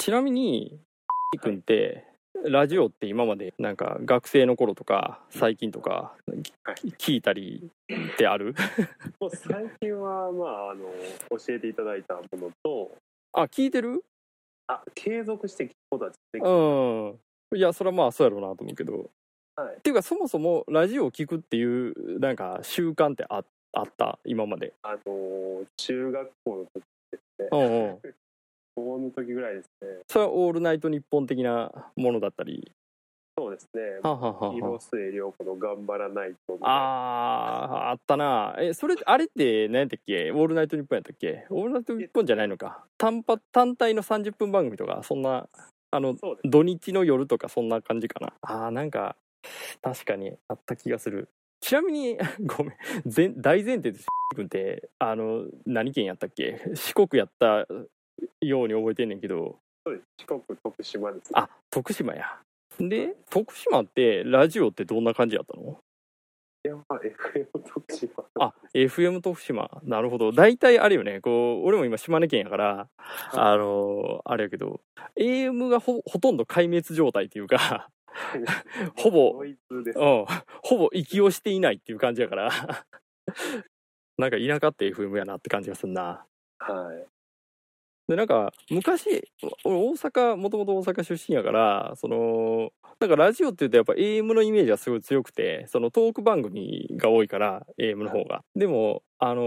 ちなみに君ってラジオって今までなんか学生の頃とか最近とか聞いたりってある？ もう最近は教えていただいたものと、 聞いてる？ 継続して聞くことはできる。 いやそれはまあそうやろうなと思うけど、 はい、 っていうかそもそもラジオを聞くっていうなんか習慣ってあった今まで？ 中学校の時ですね。高校の時ぐらいですね。 それはオールナイトニッポン的なものだったり？ そうですね。広末涼子の頑張らないと。 あったな。それあれって何やったっけ？オールナイトニッポンやったっけ？オールナイトニッポンじゃないのか。単体の30分番組とかそんな土日の夜とかそんな感じかな。なんか確かにあった気がする。ちなみにごめん、大前提です君って何県やったっけ？四国やったように覚えてんねんけど。 そうです。四国徳島です、 ね。徳島や。で徳島ってラジオってどんな感じやったの？ いや、FM 徳島。 FM 徳島。なるほど。大体あれよね。俺も今島根県やから、あれやけど、AM がほとんど壊滅状態っていうか、ほぼ息をしていないっていう感じやから、なんか田舎って FM やなって感じがするな。 はい。 でなんか昔俺もともと大阪出身やからなんかラジオって言うとやっぱ AM のイメージはすごい強くて、そのトーク番組が多いから AM の方が、でも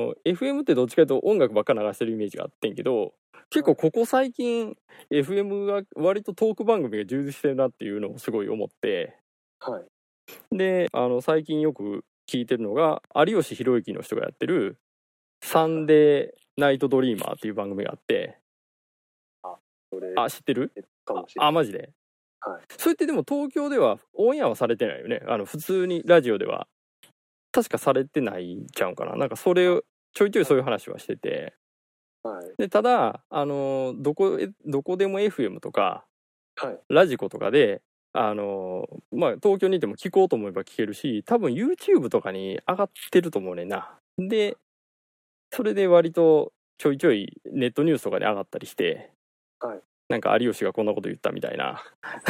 FM ってどっちかというと音楽ばっか流してるイメージがあってんけど、結構ここ最近 FM が割とトーク番組が充実してるなっていうのをすごい思って、 はい、 で最近よく聞いてるのが有吉弘行の人がやってるサンデーナイトドリーマーっていう番組があって、知ってる？マジで？ はい。 それってでも東京ではオンエアはされてないよね。普通にラジオでは確かされてないんちゃうんかな。なんかそれをちょいちょいそういう話はしてて、 はい、 でただどこでも FM とか、 はい、 ラジコとかで東京にいても聞こうと思えば聞けるし、多分 YouTube とかに上がってると思うねんな。でそれで割とちょいちょいネットニュースとかに上がったりして、 はい、 なんか有吉がこんなこと言ったみたいな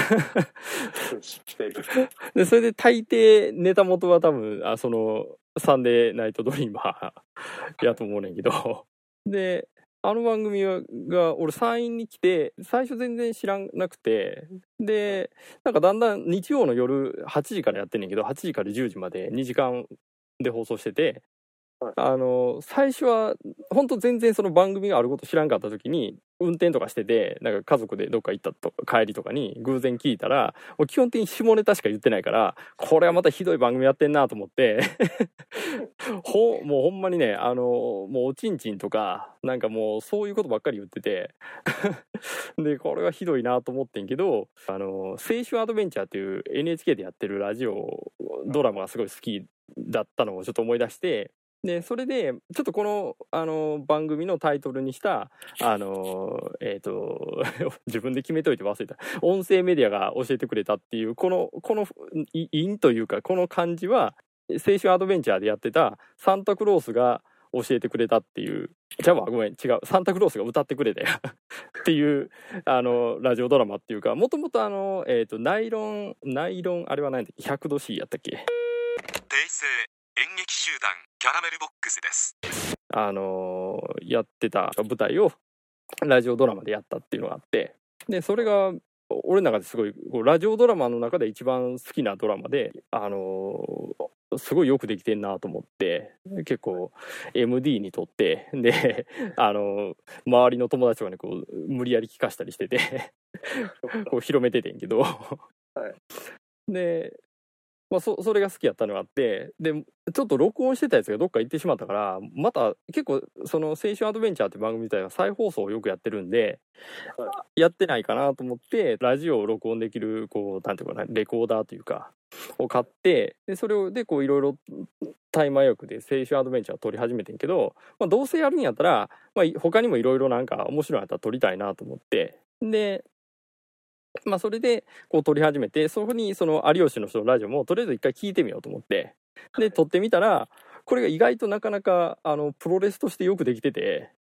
でそれで大抵ネタ元は多分そのサンデーナイトドリーマーやと思うねんけどで番組が俺山陰に来て最初全然知らなくて、でなんかだんだん日曜の夜8時からやってんねんけど、8時から10時まで2時間で放送してて、最初は本当全然その番組があること知らんかった時に運転とかしてて、なんか家族でどっか行ったと帰りとかに偶然聞いたら、もう基本的に下ネタしか言ってないから、これはまたひどい番組やってんなと思ってもうほんまにねもうおちんちんとかなんかもうそういうことばっかり言っててでこれはひどいなと思ってんけど、青春アドベンチャーっていう NHK でやってるラジオドラマがすごい好きだったのをちょっと思い出して、でそれでちょっとこの番組のタイトルにした自分で決めといて忘れた、音声メディアが教えてくれたっていうこの韻というかこの感じは青春アドベンチャーでやってたサンタクロースが教えてくれたっていう、ごめん違う、サンタクロースが歌ってくれたよっていうラジオドラマっていうか、もともとナイロンあれは何だっけ、100度 C やったっけ、 訂正演劇集団キャラメルボックスです。 やってた舞台をラジオドラマでやったっていうのがあって、でそれが俺の中ですごいラジオドラマの中で一番好きなドラマで、すごいよくできてんなと思って、結構 MD にとってで周りの友達とかにこう無理やり聞かしたりしててこう広めててんけどでそれが好きやったのがあって、でちょっと録音してたやつがどっか行ってしまったから、また結構その青春アドベンチャーって番組自体は再放送をよくやってるんで、やってないかなと思ってラジオを録音できるなんていうかな、レコーダーというかを買って、でそれをでこういろいろタイマー役で青春アドベンチャーを撮り始めてんけど、どうせやるんやったら、他にもいろいろなんか面白いのやったら撮りたいなと思って、でそれでこう撮り始めて、そこにその有吉の人のラジオもとりあえず一回聞いてみようと思って、で撮ってみたらこれが意外となかなかプロレスとしてよくできてて、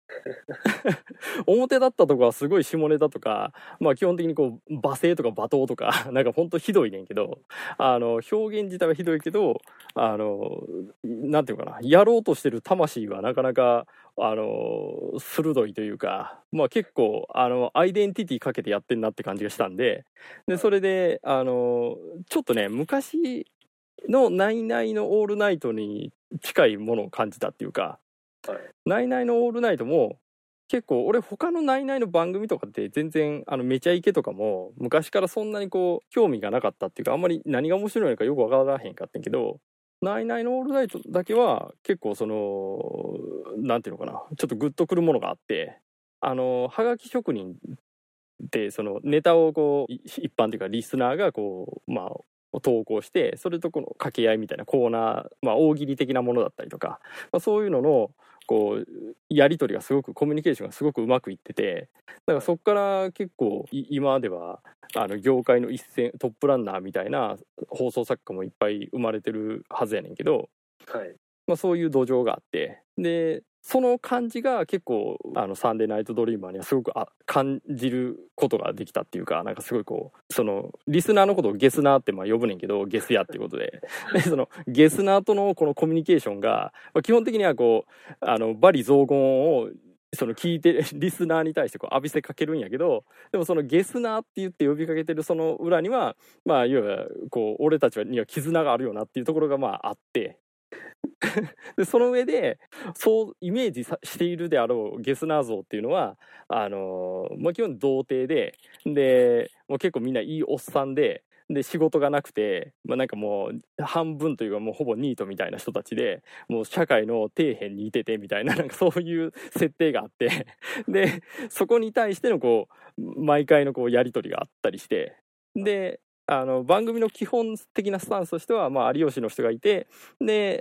表だったとこはすごい下ネタとか、まあ基本的にこう罵声とか罵倒とかなんかほんとひどいねんけど、表現自体はひどいけど、なんていうかな、やろうとしてる魂はなかなか鋭いというか、まあ結構アイデンティティかけてやってんなって感じがしたんで、それでちょっとね、昔のナイナイのオールナイトに近いものを感じたっていうか、ナイナイのオールナイトも結構俺他のナイナイの番組とかって全然めちゃイケとかも昔からそんなにこう興味がなかったっていうか、あんまり何が面白いのかよくわからへんかったんけど、ナイナイのオールナイトだけは結構そのなんていうのかな、ちょっとグッとくるものがあって、はがき職人ってそのネタをこう一般というかリスナーがこうまあ投稿して、それとこの掛け合いみたいなコーナー、まあ、大喜利的なものだったりとか、まあ、そういうののこうやり取りがすごく、コミュニケーションがすごくうまくいってて、だからそこから結構今では業界の一線トップランナーみたいな放送作家もいっぱい生まれてるはずやねんけど、まあ、そういう土壌があって、でその感じが結構サンデーナイトドリーマーにはすごく感じることができたっていうか、なんかすごいこうそのリスナーのことをゲスナーってまあ呼ぶねんけど、ゲスやっていうことでそのゲスナーとのこのコミュニケーションが、まあ、基本的にはこう罵詈雑言をその聞いてリスナーに対してこう浴びせかけるんやけど、でもそのゲスナーって言って呼びかけてるその裏には、まあ要はこう俺たちには絆があるよなっていうところがまああってでその上でそうイメージしているであろうゲスナー像っていうのはまあ、基本童貞でもう結構みんないいおっさんで仕事がなくて、まあ、なんかもう半分というかもうほぼニートみたいな人たちで、もう社会の底辺にいててみたいな、なんかそういう設定があってでそこに対してのこう毎回のこうやり取りがあったりして、で番組の基本的なスタンスとしては、まあ、有吉の人がいて、で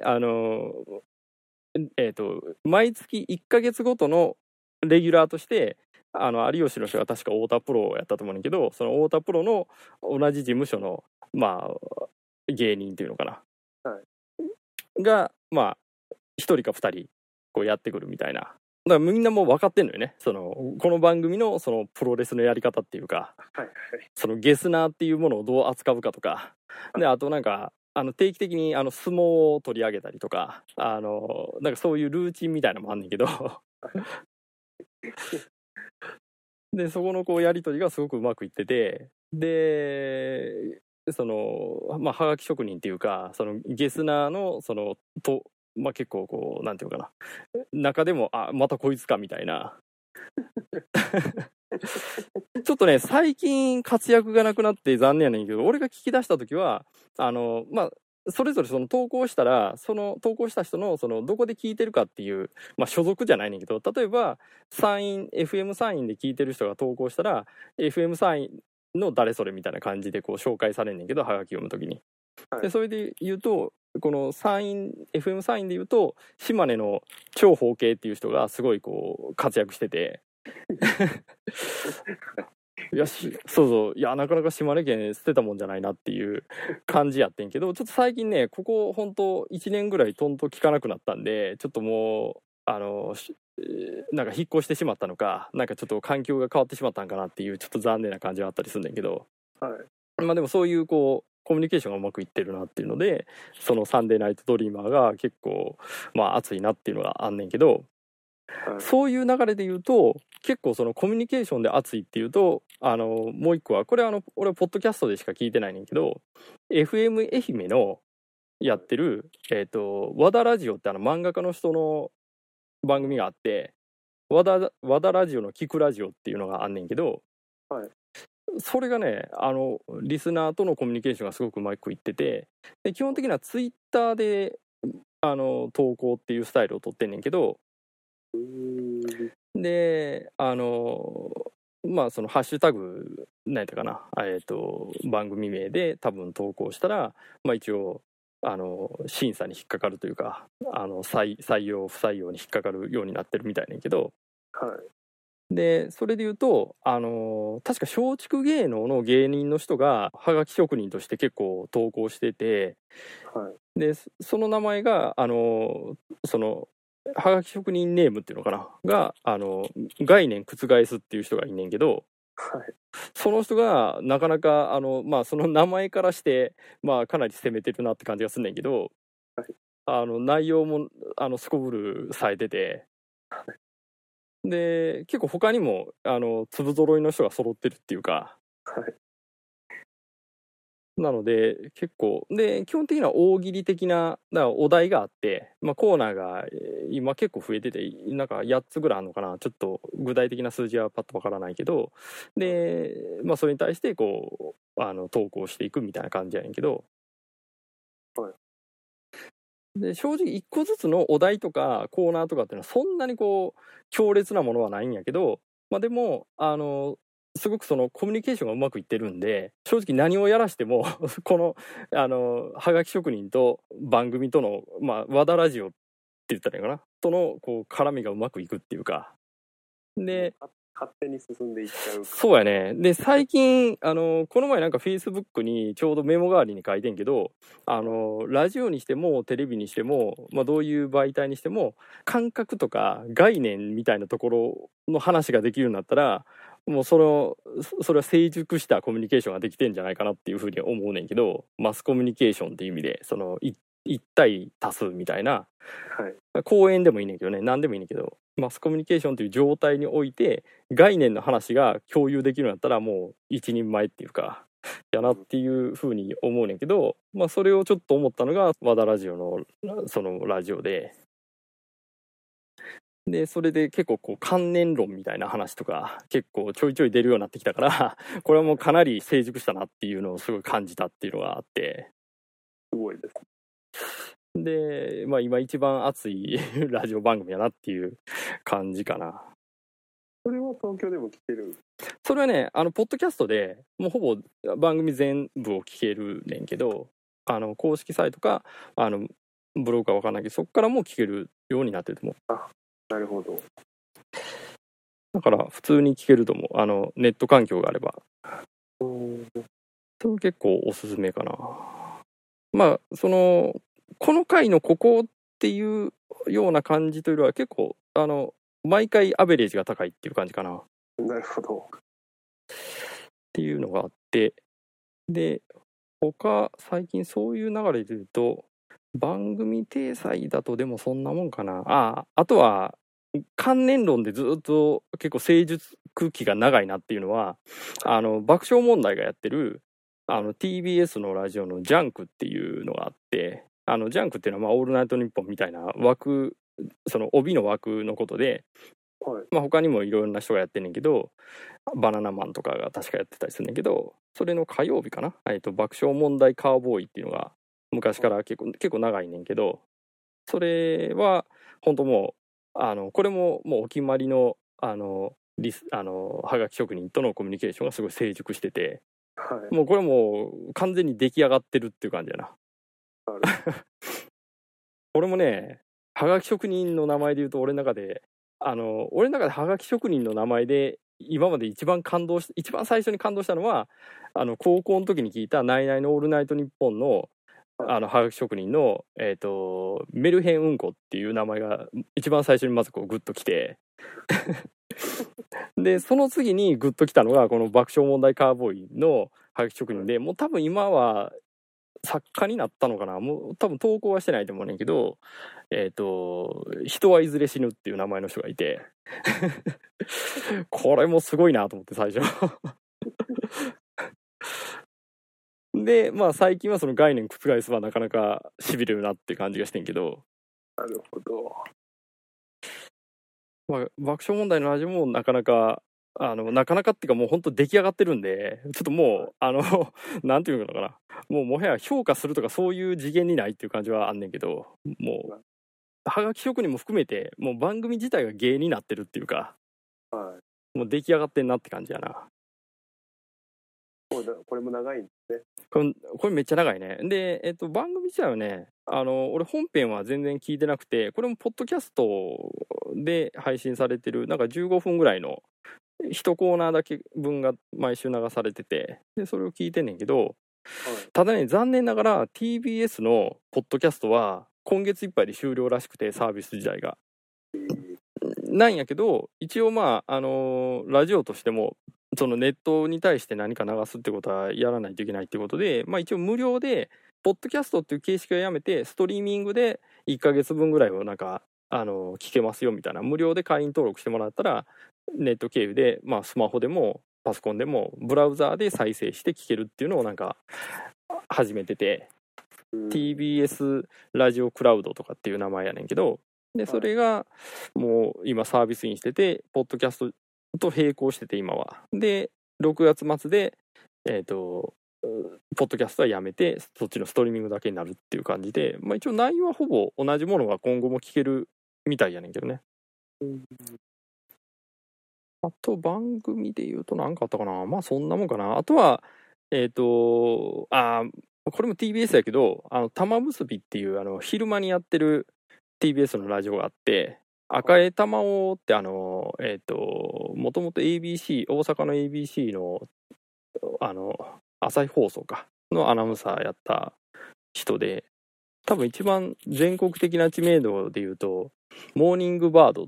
毎月1ヶ月ごとのレギュラーとして有吉の人が確か太田プロをやったと思うんだけど、その太田プロの同じ事務所のまあ芸人っていうのかな、がまあ1人か2人こうやってくるみたいな。だからみんなもう分かってんのよね、そのこの番組のそのプロレスのやり方っていうか、そのゲスナーっていうものをどう扱うかとかで、あとなんか定期的に相撲を取り上げたりとか、なんかそういうルーチンみたいなのもあんねんけどでそこのこうやり取りがすごくうまくいってて、でそのまあはがき職人っていうか、そのゲスナーのそのまあ結構こうなんていうかな、中でもまたこいつかみたいなちょっとね最近活躍がなくなって残念やねんけど、俺が聞き出した時はまあそれぞれその投稿したら、その投稿した人のそのどこで聞いてるかっていう、まあ所属じゃないねんけど、例えばFM サインで聞いてる人が投稿したら FM サインの誰それみたいな感じでこう紹介されんねんけど、はがき読むときに、でそれで言うとこのFM サインで言うと島根の超方形っていう人がすごいこう活躍してていやそういやなかなか島根県捨てたもんじゃないなっていう感じやってんけど、ちょっと最近ねここほんと1年ぐらいとんと聞かなくなったんで、ちょっともうなんか引っ越してしまったのか、なんかちょっと環境が変わってしまったんかなっていうちょっと残念な感じはあったりするんだけど、まあでもそういうこうコミュニケーションがうまくいってるなっていうので、そのサンデーナイトドリーマーが結構まあ熱いなっていうのがあんねんけど、そういう流れで言うと結構そのコミュニケーションで熱いっていうともう一個はこれ俺ポッドキャストでしか聞いてないねんけど、 FM 愛媛のやってる和田ラジオって漫画家の人の番組があって、和田ラジオの聞くラジオっていうのがあんねんけど、それがねリスナーとのコミュニケーションがすごくうまくいってて、で基本的にはツイッターで投稿っていうスタイルを取ってんねんけど、でまあそのハッシュタグ何やったかな、番組名で多分投稿したら、まあ一応審査に引っかかるというか採用不採用に引っかかるようになってるみたいねんけど、でそれで言うと確か松竹芸能の芸人の人がはがき職人として結構投稿してて、でその名前がそのはがき職人ネームっていうのかなが概念覆すっていう人がいんねんけど、 はい。 その人がなかなかその名前からしてかなり攻めてるなって感じがすんねんけど、 はい、 内容もすこぶるされてて、 はい、 で結構他にも粒揃いの人が揃ってるっていうか、 はい、 なので結構で基本的には大喜利的なだからお題があって、コーナーが今結構増えててなんか8つぐらいあるのかな、ちょっと具体的な数字はパッとわからないけど、でそれに対してこう投稿していくみたいな感じやねんけど、 はい、 で正直1個ずつのお題とかコーナーとかっていうのはそんなにこう強烈なものはないんやけど、でもすごくそのコミュニケーションがうまくいってるんで、正直何をやらしてもこのはがき職人と番組との和田ラジオって言ったらいいかなとのこう絡みがうまくいくっていうか、で勝手に進んでいっちゃう。 そうやね。で最近この前なんかフェイスブックにちょうどメモ代わりに書いてんけど、ラジオにしてもテレビにしても、どういう媒体にしても感覚とか概念みたいなところの話ができるようになったら、もうそれは成熟したコミュニケーションができてんじゃないかなっていうふうに思うねんけど、マスコミュニケーションっていう意味でその一対多数みたいな、 はい、 講演でもいいねんけどね、何でもいいねんけど、マスコミュニケーションという状態において概念の話が共有できるようになったらもう一人前っていうかやなっていうふうに思うねんけど、それをちょっと思ったのが和田ラジオのそのラジオでそれで結構こう観念論みたいな話とか結構ちょいちょい出るようになってきたからこれはもうかなり成熟したなっていうのをすごい感じたっていうのがあって、 すごいです。 で今一番熱いラジオ番組やなっていう感じかな。 それは東京でも聞ける？ それはねポッドキャストでもうほぼ番組全部を聞けるねんけど、公式サイトかブログか分かんないけどそこからも聞けるようになってると思う。 あ、なるほど。 だから普通に聞けると思う、ネット環境があれば。それ結構おすすめかな。この回のここっていうような感じというよりは結構毎回アベレージが高いっていう感じかな。 なるほど。 っていうのがあって、で他最近そういう流れで言うと番組体裁だとでもそんなもんかな。あとは観念論でずっと結構成熟期が長いなっていうのは爆笑問題がやってるTBS のラジオのジャンクっていうのがあって、ジャンクっていうのはオールナイトニッポンみたいな枠、その帯の枠のことで、 はい、 他にもいろんな人がやってんねんけど、バナナマンとかが確かやってたりするんだけど、それの火曜日かな、爆笑問題カーボーイっていうのが昔から結構長いねんけど、それは本当もうこれももうお決まりのはがき職人とのコミュニケーションがすごい成熟してて、 はい、 もうこれもう完全に出来上がってるっていう感じやな。俺もねはがき職人の名前で言うと俺の中ではがき職人の名前で今まで一番最初に感動したのは高校の時に聞いたナイナイのオールナイトニッポンのはがき職人のメルヘンうんこっていう名前が一番最初にまずこうグッときてでその次にグッときたのがこの爆笑問題カーボーイのはがき職人で、もう多分今は作家になったのかな、もう多分投稿はしてないと思うねんけど、人はいずれ死ぬっていう名前の人がいてこれもすごいなと思って最初で最近はその概念覆すはなかなかしびれるなって感じがしてんけど、 なるほど。 爆笑問題のラジオもなかなかなかなかっていうかもう本当出来上がってるんで、ちょっともうなんていうのかな、もはや評価するとかそういう次元にないっていう感じはあんねんけど、もうはがき職人も含めてもう番組自体が芸になってるっていうか、 はい、 もう出来上がってんなって感じやな。 これも長いんですね。 これめっちゃ長いね。で、番組自体はね、俺本編は全然聞いてなくて、これもポッドキャストで配信されてるなんか15分ぐらいの1コーナーだけ分が毎週流されてて、でそれを聞いてんねんけど、はい、ただね残念ながら TBS のポッドキャストは今月いっぱいで終了らしくて、サービス自体がなんやけど、一応まあ、ラジオとしても、そのネットに対して何か流すってことはやらないといけないってことで、まあ一応無料で、ポッドキャストっていう形式をやめて、ストリーミングで1ヶ月分ぐらいをなんか、聞けますよみたいな、無料で会員登録してもらったら、ネット経由で、まあスマホでもパソコンでも、ブラウザーで再生して聞けるっていうのをなんか、始めてて、TBS ラジオクラウドとかっていう名前やねんけど、でそれがもう今サービスインしてて、ポッドキャストと並行してて今は。で6月末でポッドキャストはやめて、そっちのストリーミングだけになるっていう感じで、まあ一応内容はほぼ同じものが今後も聞けるみたいやねんけどね。あと番組で言うと何かあったかな。まあそんなもんかな。あとはこれも TBS やけど、玉結びっていう昼間にやってる TBS のラジオがあって、赤江玉緒ってもともと ABC、大阪の ABC の朝日放送かのアナウンサーやった人で、多分一番全国的な知名度で言うと、モーニングバード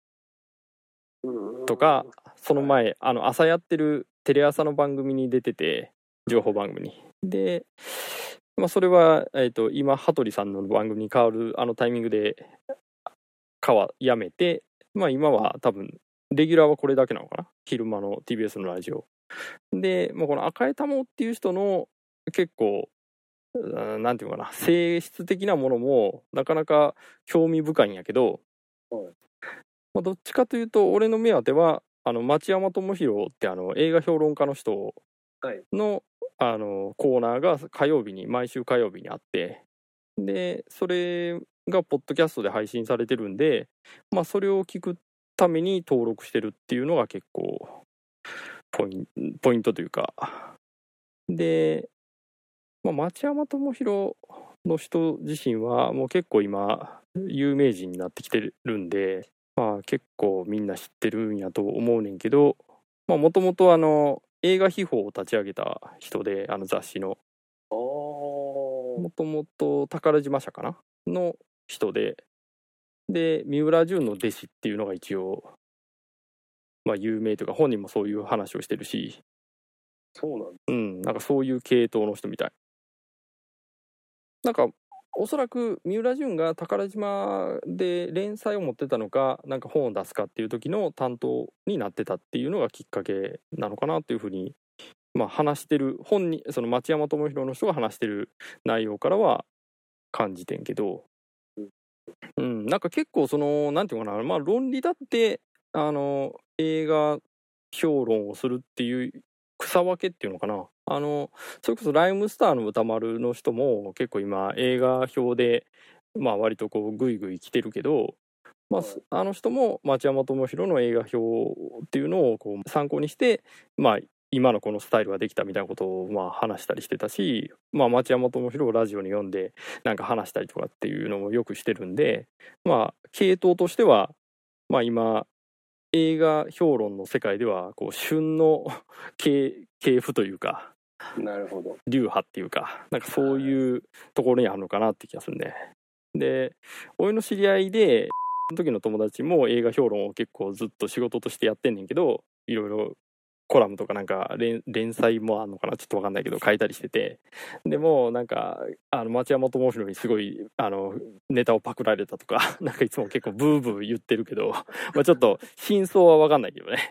とか、その前、朝やってるテレ朝の番組に出てて、情報番組に。で、まあ、それは、今、羽鳥さんの番組に変わるタイミングでやめて、まあ今は多分、レギュラーはこれだけなのかな、昼間の TBS のラジオ。で、まあ、この赤江玉緒っていう人の結構、なんていうかな、性質的なものもなかなか興味深いんやけど、まあ、どっちかというと、俺の目当ては、町山智博って映画評論家の人の、コーナーが毎週火曜日にあって、でそれがポッドキャストで配信されてるんで、まあそれを聞くために登録してるっていうのが結構ポイントというかで、まあ、町山智博の人自身はもう結構今有名人になってきてるんで、まあ結構みんな知ってるんやと思うねんけど、まあもともと映画秘宝を立ち上げた人で、雑誌のもともと宝島社かなの人で、三浦淳の弟子っていうのが一応まあ有名というか、本人もそういう話をしてるし。 そうなんだ。 うん、なんかそういう系統の人みたい。なんかおそらく三浦淳が宝島で連載を持ってたのか、なんか本を出すかっていう時の担当になってたっていうのがきっかけなのかなっていうふうに、まあ話してる本に、その町山智博の人が話してる内容からは感じてんけど、うん、なんか結構なんていうかな、まあ論理だって映画評論をするっていう草分けっていうのかな、それこそライムスターの歌丸の人も結構今映画表でまあ割とこうグイグイ来てるけど、まあ、あの人も町山智博の映画表っていうのをこう参考にして、まあ今のこのスタイルができたみたいなことをまあ話したりしてたし、まあ、町山智博をラジオに読んでなんか話したりとかっていうのもよくしてるんで、まあ系統としてはまあ今映画評論の世界ではこう旬の系譜というか、 なるほど、 流派っていうか、なんかそういうところにあるのかなって気がするね。で俺の知り合いでその時の友達も映画評論を結構ずっと仕事としてやってんねんけど、いろいろコラムとかなんか連載もあんのかな、ちょっと分かんないけど書いたりしてて、でもなんか町山智博にすごいネタをパクられたとかなんかいつも結構ブーブー言ってるけどまあちょっと真相は分かんないけどね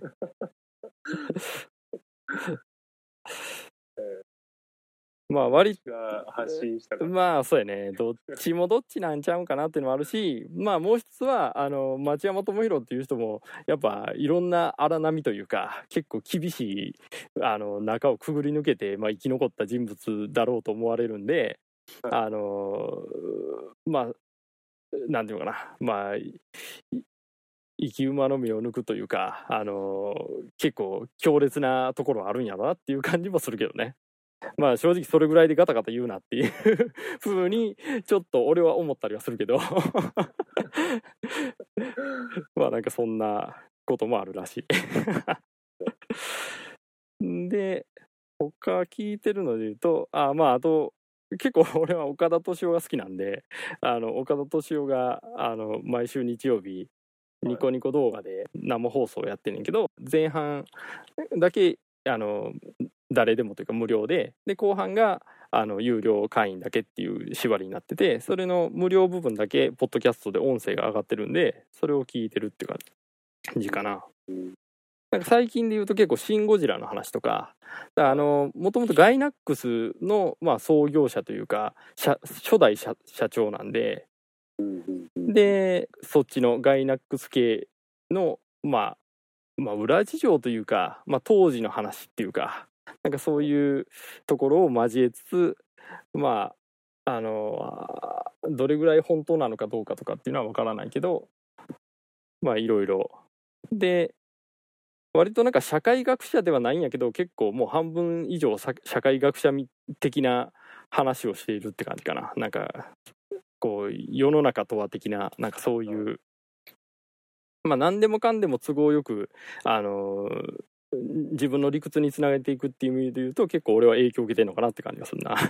まあ割が発信したから、 まあそうやね、どっちもどっちなんちゃうんかなっていうのもあるし、まあもう一つは町山智博っていう人もやっぱいろんな荒波というか結構厳しい中をくぐり抜けて、まあ、生き残った人物だろうと思われるんで、まあなんていうのかな、まあ生き馬の目を抜くというか結構強烈なところあるんやろなっていう感じもするけどね。まあ正直それぐらいでガタガタ言うなっていう風にちょっと俺は思ったりはするけどまあなんかそんなこともあるらしいで他聞いてるので言うと、まああと結構俺は岡田斗司夫が好きなんで、岡田斗司夫が毎週日曜日ニコニコ動画で生放送やってんねんけど、前半だけ誰でもというか無料で、後半が有料会員だけっていう縛りになってて、それの無料部分だけポッドキャストで音声が上がってるんで、それを聞いてるって感じかな。なんか最近で言うと結構シン・ゴジラの話とか、もともとガイナックスの、創業者というか初代社長なんで、でそっちのガイナックス系の裏事情というか、当時の話っていうか、なんかそういうところを交えつつ、どれぐらい本当なのかどうかとかっていうのは分からないけど、いろいろで、割となんか社会学者ではないんやけど、結構もう半分以上社会学者的な話をしているって感じかな。なんかこう世の中とは的な、なんかそういう、何でもかんでも都合よく自分の理屈につなげていくっていう意味で言うと、結構俺は影響を受けてるのかなって感じがするな。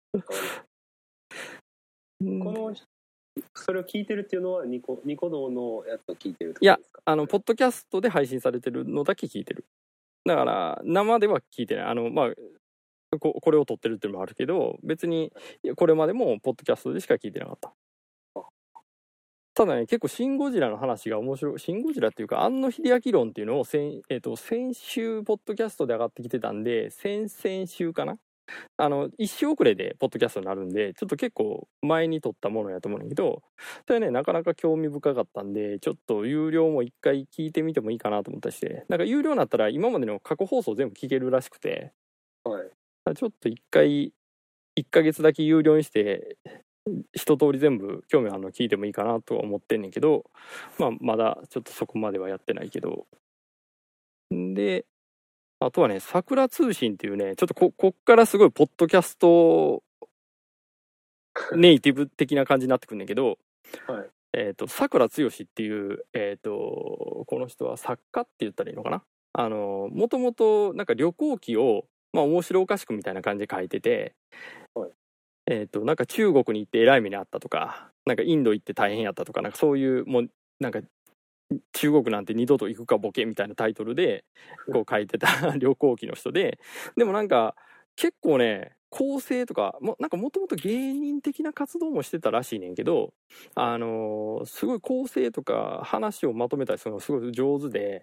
それを聞いてるっていうのはニコ動のやつを聞いてるってことですか？ いや、ポッドキャストで配信されてるのだけ聞いてる。だから生では聞いてない。これを撮ってるっていうのもあるけど、別にこれまでもポッドキャストでしか聞いてなかった。ただね、結構シン・ゴジラの話が面白い。シン・ゴジラっていうか、庵野秀明論っていうのを先週ポッドキャストで上がってきてたんで、先々週かな、1週遅れでポッドキャストになるんで、ちょっと結構前に撮ったものやと思うんだけど、それね、なかなか興味深かったんで、ちょっと有料も一回聞いてみてもいいかなと思ったりして、なんか有料になったら今までの過去放送全部聞けるらしくて、ちょっと一回1ヶ月だけ有料にして一通り全部興味あるの聞いてもいいかなとは思ってんねんけど、まだちょっとそこまではやってないけど。で、あとはね、桜通信っていうね、ちょっとこっからすごいポッドキャストネイティブ的な感じになってくんねんけど、桜剛っていう、この人は作家って言ったらいいのかな、もともとなんか旅行記を面白おかしくみたいな感じで書いてて、なんか中国に行ってえらい目にあったとか、なんかインド行って大変やったとか、なんかそういう、もうなんか中国なんて二度と行くかボケみたいなタイトルでこう書いてた旅行記の人で、でもなんか結構ね、構成とかなんかもともと芸人的な活動もしてたらしいねんけど、すごい構成とか話をまとめたりするのがすごい上手で、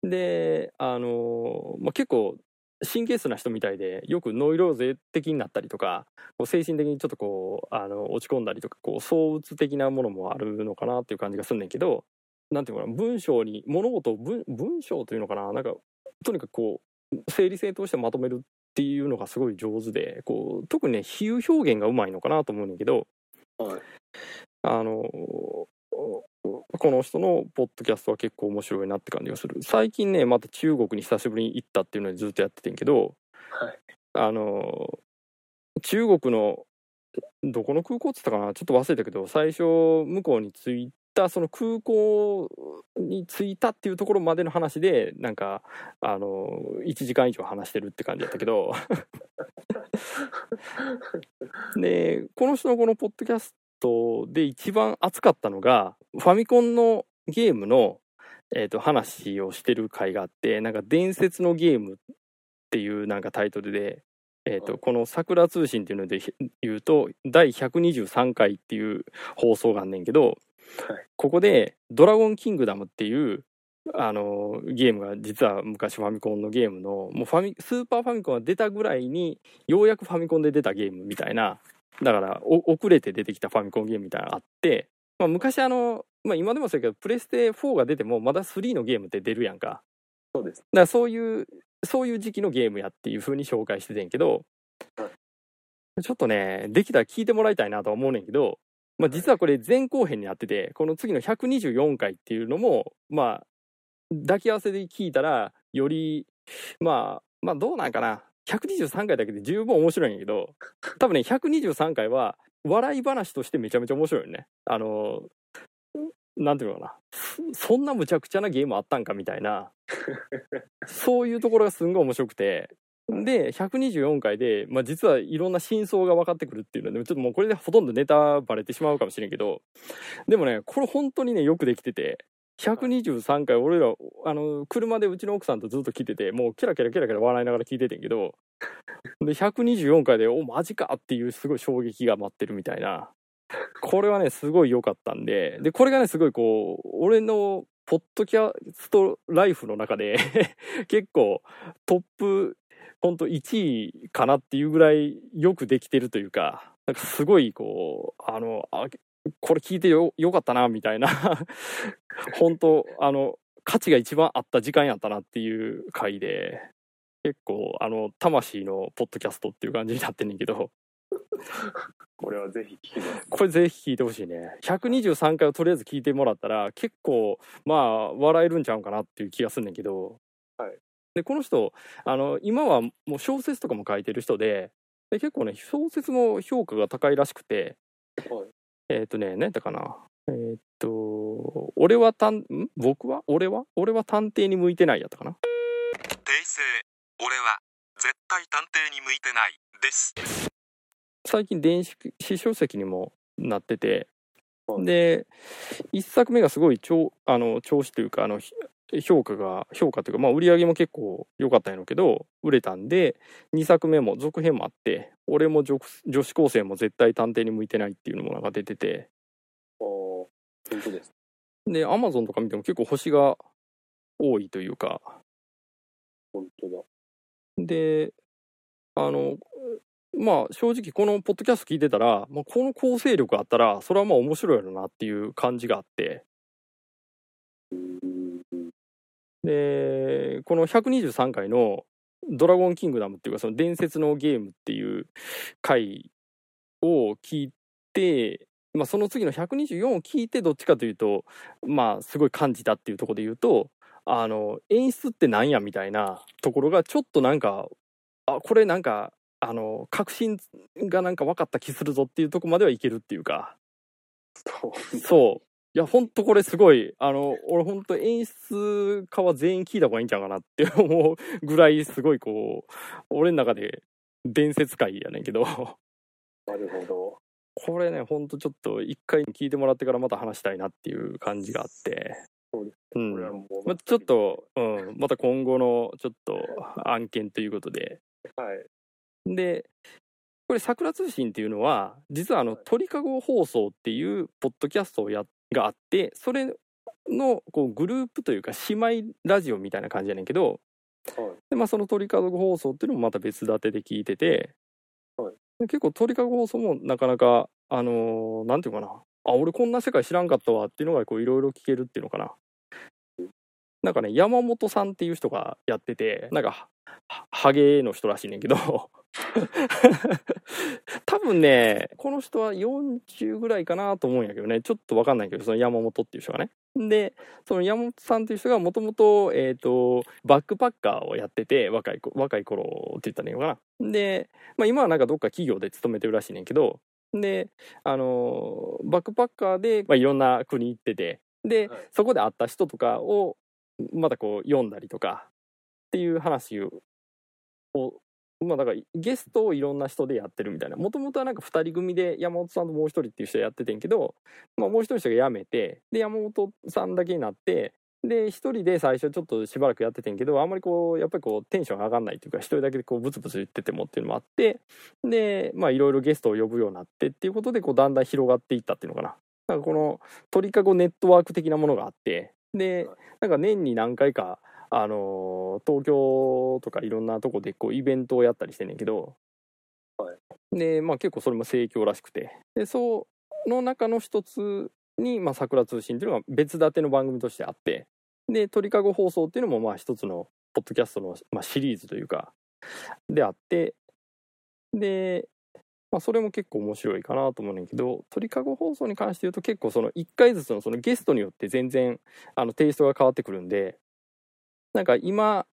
結構神経質な人みたいで、よくノイローゼ的になったりとか、精神的にちょっとこう落ち込んだりとか、こう躁うつ的なものもあるのかなっていう感じがするんだけど、なんていうかな、文章に物事を文章というのかな、なんかとにかくこう整理整頓してまとめるっていうのがすごい上手で、こう特にね比喩表現がうまいのかなと思うんだけど、この人のポッドキャストは結構面白いなって感じがする。最近ね、また中国に久しぶりに行ったっていうのでずっとやっててんけど、中国のどこの空港っつったかな、ちょっと忘れたけど、最初向こうに着いた、その空港に着いたっていうところまでの話で、なんか1時間以上話してるって感じだったけどで、この人のこのポッドキャストで一番熱かったのが、ファミコンのゲームの、話をしてる回があって、なんか伝説のゲームっていうなんかタイトルで、この桜通信っていうので言うと第123回っていう放送があんねんけど、ここでドラゴンキングダムっていうゲームが実は昔ファミコンのゲームのもうスーパーファミコンが出たぐらいにようやくファミコンで出たゲームみたいな、だから遅れて出てきたファミコンゲームみたいなのがあって、昔今でもそうやけどプレステ4が出てもまだ3のゲームって出るやんか。 そうです。 だからそういう時期のゲームやっていう風に紹介しててんけど、ちょっとねできたら聞いてもらいたいなとは思うねんけど、実はこれ前後編になってて、この次の124回っていうのも抱き合わせで聞いたらよりどうなんかな、123回だけで十分面白いんやけど、多分ね123回は笑い話としてめちゃめちゃ面白いよね。なんていうのかな、そんなむちゃくちゃなゲームあったんかみたいなそういうところがすんごい面白くて、で124回で、実はいろんな真相が分かってくるっていうので、ちょっともうこれでほとんどネタバレてしまうかもしれんけど、でもねこれ本当にねよくできてて、 123回俺ら車でうちの奥さんとずっと聞いてて、もうキャラキャラキャラキャラ笑いながら聞いててんけど、で124回でおマジかっていうすごい衝撃が待ってるみたいな。これはねすごい良かったんで、これがねすごいこう俺のポッドキャストライフの中で結構トップほんと1位かなっていうぐらいよくできてるというか、なんかすごいこうこれ聞いてよかったなみたいな本当価値が一番あった時間やったなっていう回で、結構魂のポッドキャストっていう感じになってんねんけどこれはぜひ聞きます。 これぜひ聞いてほしいね。123回をとりあえず聞いてもらったら結構まあ笑えるんちゃうかなっていう気がすんねんけど、 はい、 でこの人今はもう小説とかも書いてる人で結構ね小説も評価が高いらしくて、 はい、 何やったかな、俺は探偵に向いてないやったかな。 訂正、俺は絶対探偵に向いてないです。 最近電子書籍にもなってて、で1作目がすごい調子というか評価というか、まあ売り上げも結構良かったんやろうけど売れたんで、2作目も続編もあって、俺も女子高生も絶対探偵に向いてないっていうのもなんか出てて、 本当です。 で Amazon とか見ても結構星が多いというか、 本当だ。 でまあ正直このポッドキャスト聞いてたら、まあ、この構成力あったらそれはまあ面白いやろなっていう感じがあって、でこの123回のドラゴンキングダムっていうかその伝説のゲームっていう回を聞いて、まあ、その次の124を聞いてどっちかというとまあすごい感じたっていうところで言うと、演出ってなんやみたいなところがちょっとなんかこれなんか確信がなんか分かった気するぞっていうとこまではいけるっていうか、そういやほんとこれすごい俺ほんと演出家は全員聞いた方がいいんちゃうかなって思うぐらいすごいこう俺の中で伝説界やねんけどなるほど。 これねほんとちょっと一回聞いてもらってからまた話したいなっていう感じがあって、 そうです、 うん、ちょっと、また今後のちょっと案件ということで、 はい、 でこれ桜通信っていうのは実は鳥かご放送っていうポッドキャストがあって、それのこうグループというか姉妹ラジオみたいな感じやねんけど、で、まあ、その鳥かご放送っていうのもまた別立てで聞いてて、で結構鳥かご放送もなかなかなんていうかな、俺こんな世界知らんかったわっていうのがこういろいろ聞けるっていうのかな。なんかね山本さんっていう人がやってて、なんかハゲの人らしいねんけど多分ねこの人は40ぐらいかなと思うんやけどね、ちょっと分かんないけど、その山本っていう人がね、でその山本さんっていう人がもともとバックパッカーをやってて、若い頃って言ったらいいのかな。で、まあ、今はなんかどっか企業で勤めてるらしいねんけど、でバックパッカーで、まあ、いろんな国行ってて、でそこで会った人とかをまたこう読んだりとかっていう話をまあだからゲストをいろんな人でやってるみたいな。もともとはなんか2人組で山本さんともう一人っていう人やっててんけど、まあ、もう一人の人が辞めて、で山本さんだけになって、で一人で最初ちょっとしばらくやっててんけど、あんまりこうやっぱりこうテンション上がんないっていうか、一人だけでこうブツブツ言っててもっていうのもあって、でまあいろいろゲストを呼ぶようになってっていうことでこうだんだん広がっていったっていうのかな。なんかこの鳥かごネットワーク的なものがあって、でなんか年に何回か東京とかいろんなとこでこうイベントをやったりしてんねんけど、でまあ結構それも盛況らしくて、でその中の一つに、まあ、桜通信っていうのが別立ての番組としてあって、で鳥かご放送っていうのもまあ一つのポッドキャストの、まあ、シリーズというかであって、でまあ、それも結構面白いかなと思うねんけど、鳥かご放送に関して言うと結構その1回ずつのそのゲストによって全然テイストが変わってくるんで、なんか今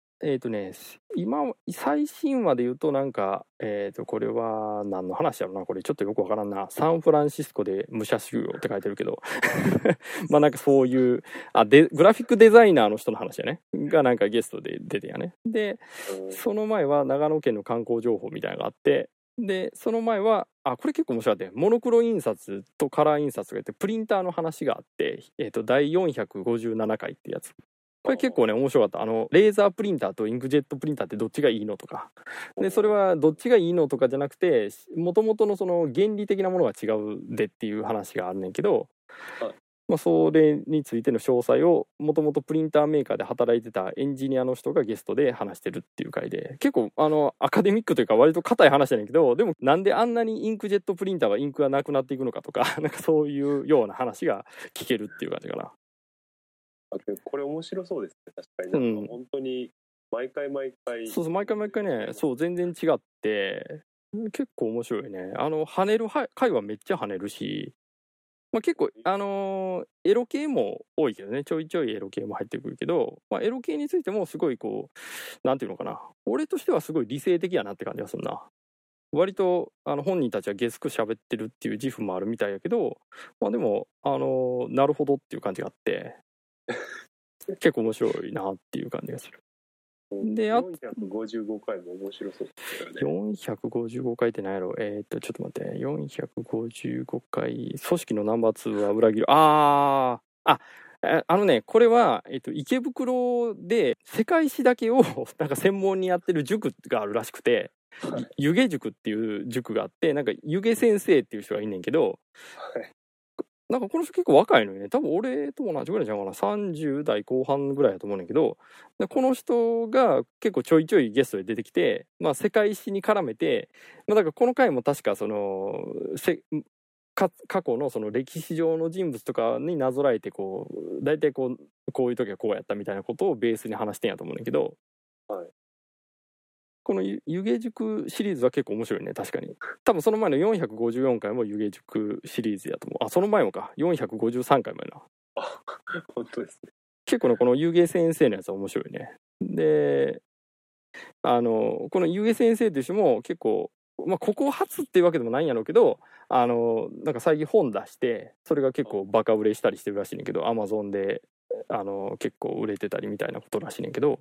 最新話で言うとなんかこれは何の話やろな、これちょっとよくわからんな。サンフランシスコで武者修行って書いてるけどまあなんかそういうグラフィックデザイナーの人の話やねがなんかゲストで出てやね。でその前は長野県の観光情報みたいなのがあって、 でその前はこれ結構面白かったよ。モノクロ印刷とカラー印刷がいてプリンターの話があって、第457回ってやつ。これ結構ね面白かった。レーザープリンターとインクジェットプリンターってどっちがいいのとか、でそれはどっちがいいのとかじゃなくて、元々のその原理的なものが違うでっていう話があるねんけど、それについての詳細をもともとプリンターメーカーで働いてたエンジニアの人がゲストで話してるっていう回で、結構アカデミックというか割と硬い話じゃないけど、でもなんであんなにインクジェットプリンターはインクがなくなっていくのかとか、なんかそういうような話が聞けるっていう感じかな。 これ面白そうですね。確かになんか本当に毎回そう毎回ね、そう全然違って結構面白いね。跳ねる回はめっちゃ跳ねるし、結構エロ系も多いけどね、ちょいちょいエロ系も入ってくるけど、エロ系についてもすごいこうなんていうのかな、俺としてはすごい理性的やなって感じがするな。割と本人たちはゲスく喋ってるっていう自負もあるみたいやけど、でもなるほどっていう感じがあって結構面白いなっていう感じがする。 で455回も面白そうですよね。 455回って何やろ。ちょっと待って、455回組織のナンバー2は裏切る。これは、池袋で世界史だけをなんか専門にやってる塾があるらしくて、湯気塾っていう塾があって、なんか湯気先生っていう人がいんねんけど、なんかこの人結構若いのよね。多分俺と同じぐらいじゃんかな。30代後半ぐらいだと思うねんけど、この人が結構ちょいちょいゲストで出てきて、世界史に絡めて、だからこの回も確かその過去のその歴史上の人物とかになぞらえてこう大体こういう時はこうやったみたいなことをベースに話してんやと思うねんけど、この湯気塾シリーズは結構面白いね。確かに多分その前の454回も湯気塾シリーズやと思う。その前もか、453回もやな。 本当ですね。 結構ねこの湯気先生のやつは面白いね。でこの湯気先生っていう人も結構ここ初っていうわけでもないんやろうけど、なんか最近本出してそれが結構バカ売れしたりしてるらしいねんけど、アマゾンで結構売れてたりみたいなことらしいねんけど、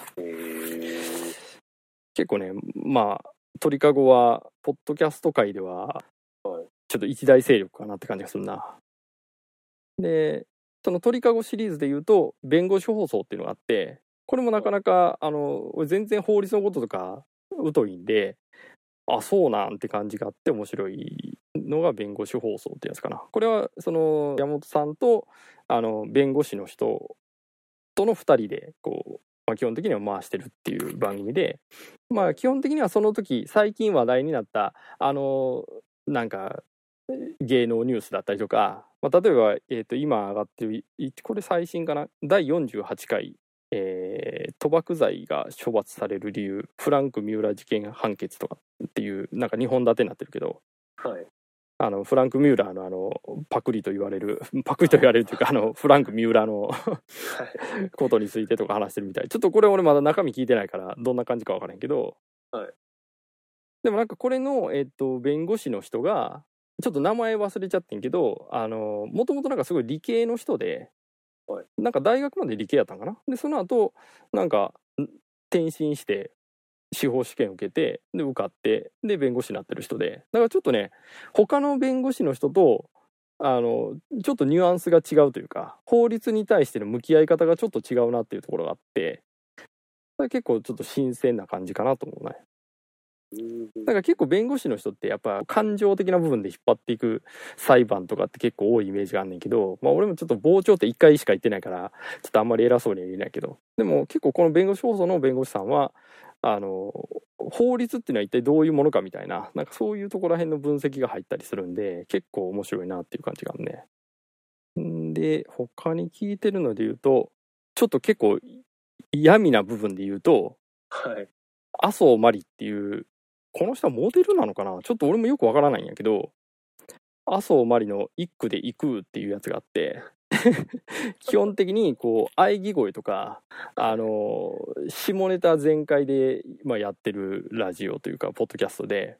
結構ね鳥かごはポッドキャスト界ではちょっと一大勢力かなって感じがするな。でその鳥かごシリーズでいうと弁護士放送っていうのがあって、これもなかなか全然法律のこととか疎いんで、そうなんって感じがあって面白いのが弁護士放送ってやつかな。これはその山本さんと弁護士の人との2人でこう、基本的には回してるっていう番組で、基本的にはその時最近話題になったなんか芸能ニュースだったりとか、例えば、今上がってるこれ最新かな、第48回賭博罪が処罰される理由、フランク・ミューラ事件判決とかっていうなんか2本立てになってるけど、フランク・ミューラーのパクリと言われるというかフランク・ミューラーのことについてとか話してるみたい。ちょっとこれ俺まだ中身聞いてないからどんな感じか分からへんけど、でもなんかこれの弁護士の人がちょっと名前忘れちゃってんけど、もともとなんかすごい理系の人で、なんか大学まで理系やったんかな。でその後なんか転身して司法試験受けて、で受かって、で弁護士になってる人で、だからちょっとね他の弁護士の人とちょっとニュアンスが違うというか、法律に対しての向き合い方がちょっと違うなっていうところがあって、それ結構ちょっと新鮮な感じかなと思うね。だから結構弁護士の人ってやっぱ感情的な部分で引っ張っていく裁判とかって結構多いイメージがあんねんけど、俺もちょっと傍聴って1回しか言ってないからちょっとあんまり偉そうには言えないけど、でも結構この弁護士放送の弁護士さんは法律っていうのは一体どういうものかみたいな、なんかそういうところら辺の分析が入ったりするんで結構面白いなっていう感じがあるね。で他に聞いてるので言うと、ちょっと結構嫌味な部分で言うと、麻生真理っていう、この人はモデルなのかな、ちょっと俺もよくわからないんやけど、麻生真理の一句で行くっていうやつがあって基本的にこう喘ぎ声とか下ネタ全開で、やってるラジオというかポッドキャストで、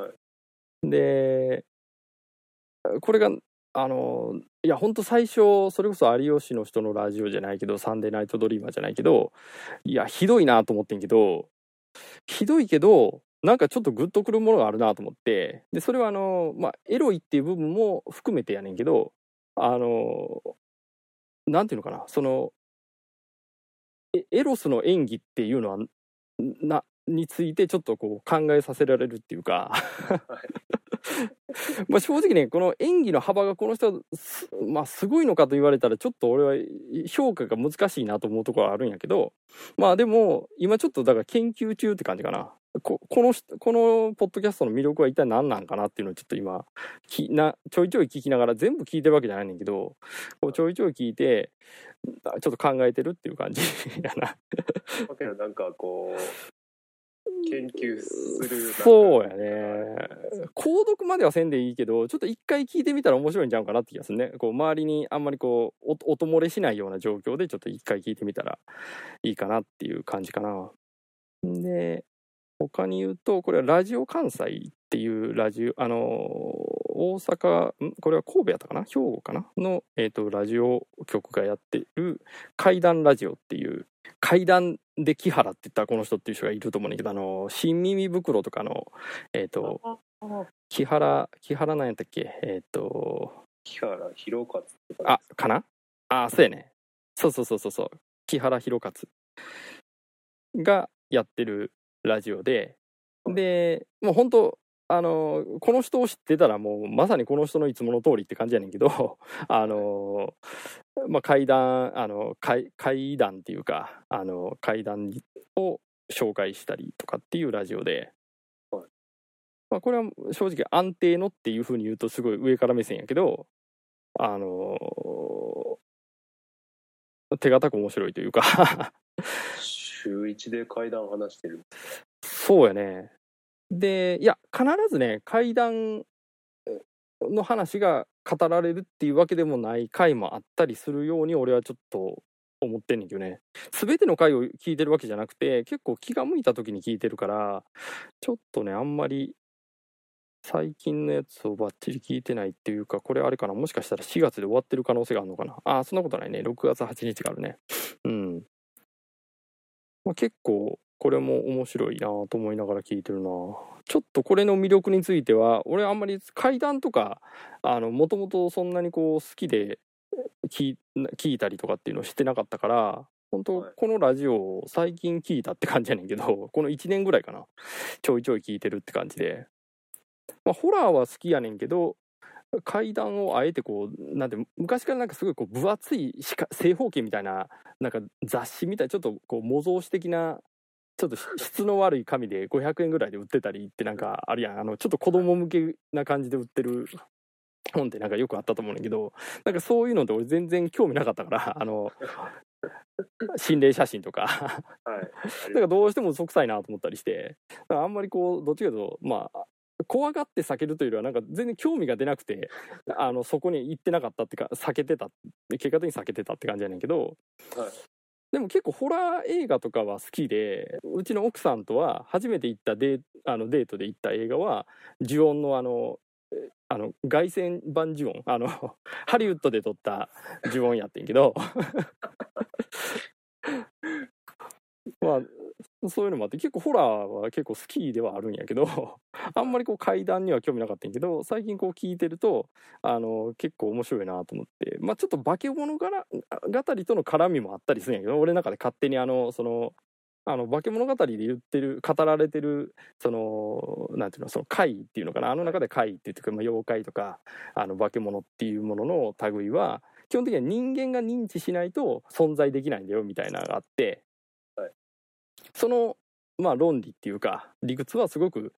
でこれがいや本当最初それこそ有吉の人のラジオじゃないけどサンデーナイトドリーマーじゃないけど、いやひどいなと思ってんけど、ひどいけどなんかちょっとグッとくるものがあるなと思って、でそれはエロいっていう部分も含めてやねんけど、なんていうのかな、そのエロスの演技っていうのはについてちょっとこう考えさせられるっていうかまあ正直ね、この演技の幅がこの人すごいのかと言われたらちょっと俺は評価が難しいなと思うところはあるんやけど、まあでも今ちょっとだから研究中って感じかな。このポッドキャストの魅力は一体何なんかなっていうのをちょっと今ちょいちょい聞きながら、全部聞いてるわけじゃないねんけど、こうちょいちょい聞いてちょっと考えてるっていう感じやな。 なんかこう研究する。 そうやね。購読まではせんでいいけど、ちょっと一回聞いてみたら面白いんちゃうかなって気がするね。こう周りにあんまりこう音漏れしないような状況でちょっと一回聞いてみたらいいかなっていう感じかな。で他に言うと、これはラジオ関西っていうラジオ、大阪、これは神戸やったかな、兵庫かなの、ラジオ局がやってる怪談ラジオっていう、怪談で木原って言ったらこの人っていう人がいると思うんだけど、新耳袋とかの、木原なんやったっけ、 木原弘勝かな、そうやね、そう木原弘勝がやってるラジオで、もう本当この人を知ってたらもうまさにこの人のいつもの通りって感じやねんけど怪談怪談っていうか怪談を紹介したりとかっていうラジオで、これは正直安定のっていう風に言うとすごい上から目線やけど手堅く面白いというか週1で怪談話してる。 そうやね。でいや必ずね怪談の話が語られるっていうわけでもない回もあったりするように俺はちょっと思ってんねんけどね。全ての回を聞いてるわけじゃなくて、結構気が向いた時に聞いてるから、ちょっとねあんまり最近のやつをバッチリ聞いてないっていうか、これあれかな、もしかしたら4月で終わってる可能性があるのかな。そんなことないね。6月8日があるね。結構これも面白いなと思いながら聞いてるな。ちょっとこれの魅力については俺あんまり怪談とかもともとそんなにこう好きで聞いたりとかっていうのをしてなかったから、本当このラジオを最近聞いたって感じやねんけど、この1年ぐらいかな、ちょいちょい聞いてるって感じで、ホラーは好きやねんけど、怪談をあえてこうなんて昔からなんかすごいこう分厚い正方形みたいななんか雑誌みたいなちょっとこう模造紙的なちょっと質の悪い紙で500円ぐらいで売ってたりってなんかあるやん。ちょっと子供向けな感じで売ってる本ってなんかよくあったと思うんだけど、なんかそういうのって俺全然興味なかったから心霊写真とかなんかどうしても嘘くさいなと思ったりして、あんまりこうどっちかというと怖がって避けるというよりはなんか全然興味が出なくてそこに行ってなかったってか避けてた、結果的に避けてたって感じやねんけど、でも結構ホラー映画とかは好きで、うちの奥さんとは初めて行ったデートで行った映画は呪音の凱旋版呪音ハリウッドで撮った呪音やってんけどそういうのもあって結構ホラーは結構好きではあるんやけどあんまりこう怪談には興味なかったんやけど、最近こう聞いてると結構面白いなと思って、ちょっと化け物語との絡みもあったりするんやけど、俺の中で勝手に化け物語で語られてるなんていうの、その怪っていうのかな、中で怪っていうか、妖怪とか化け物っていうものの類は基本的には人間が認知しないと存在できないんだよみたいなのがあって、その論理っていうか理屈はすごく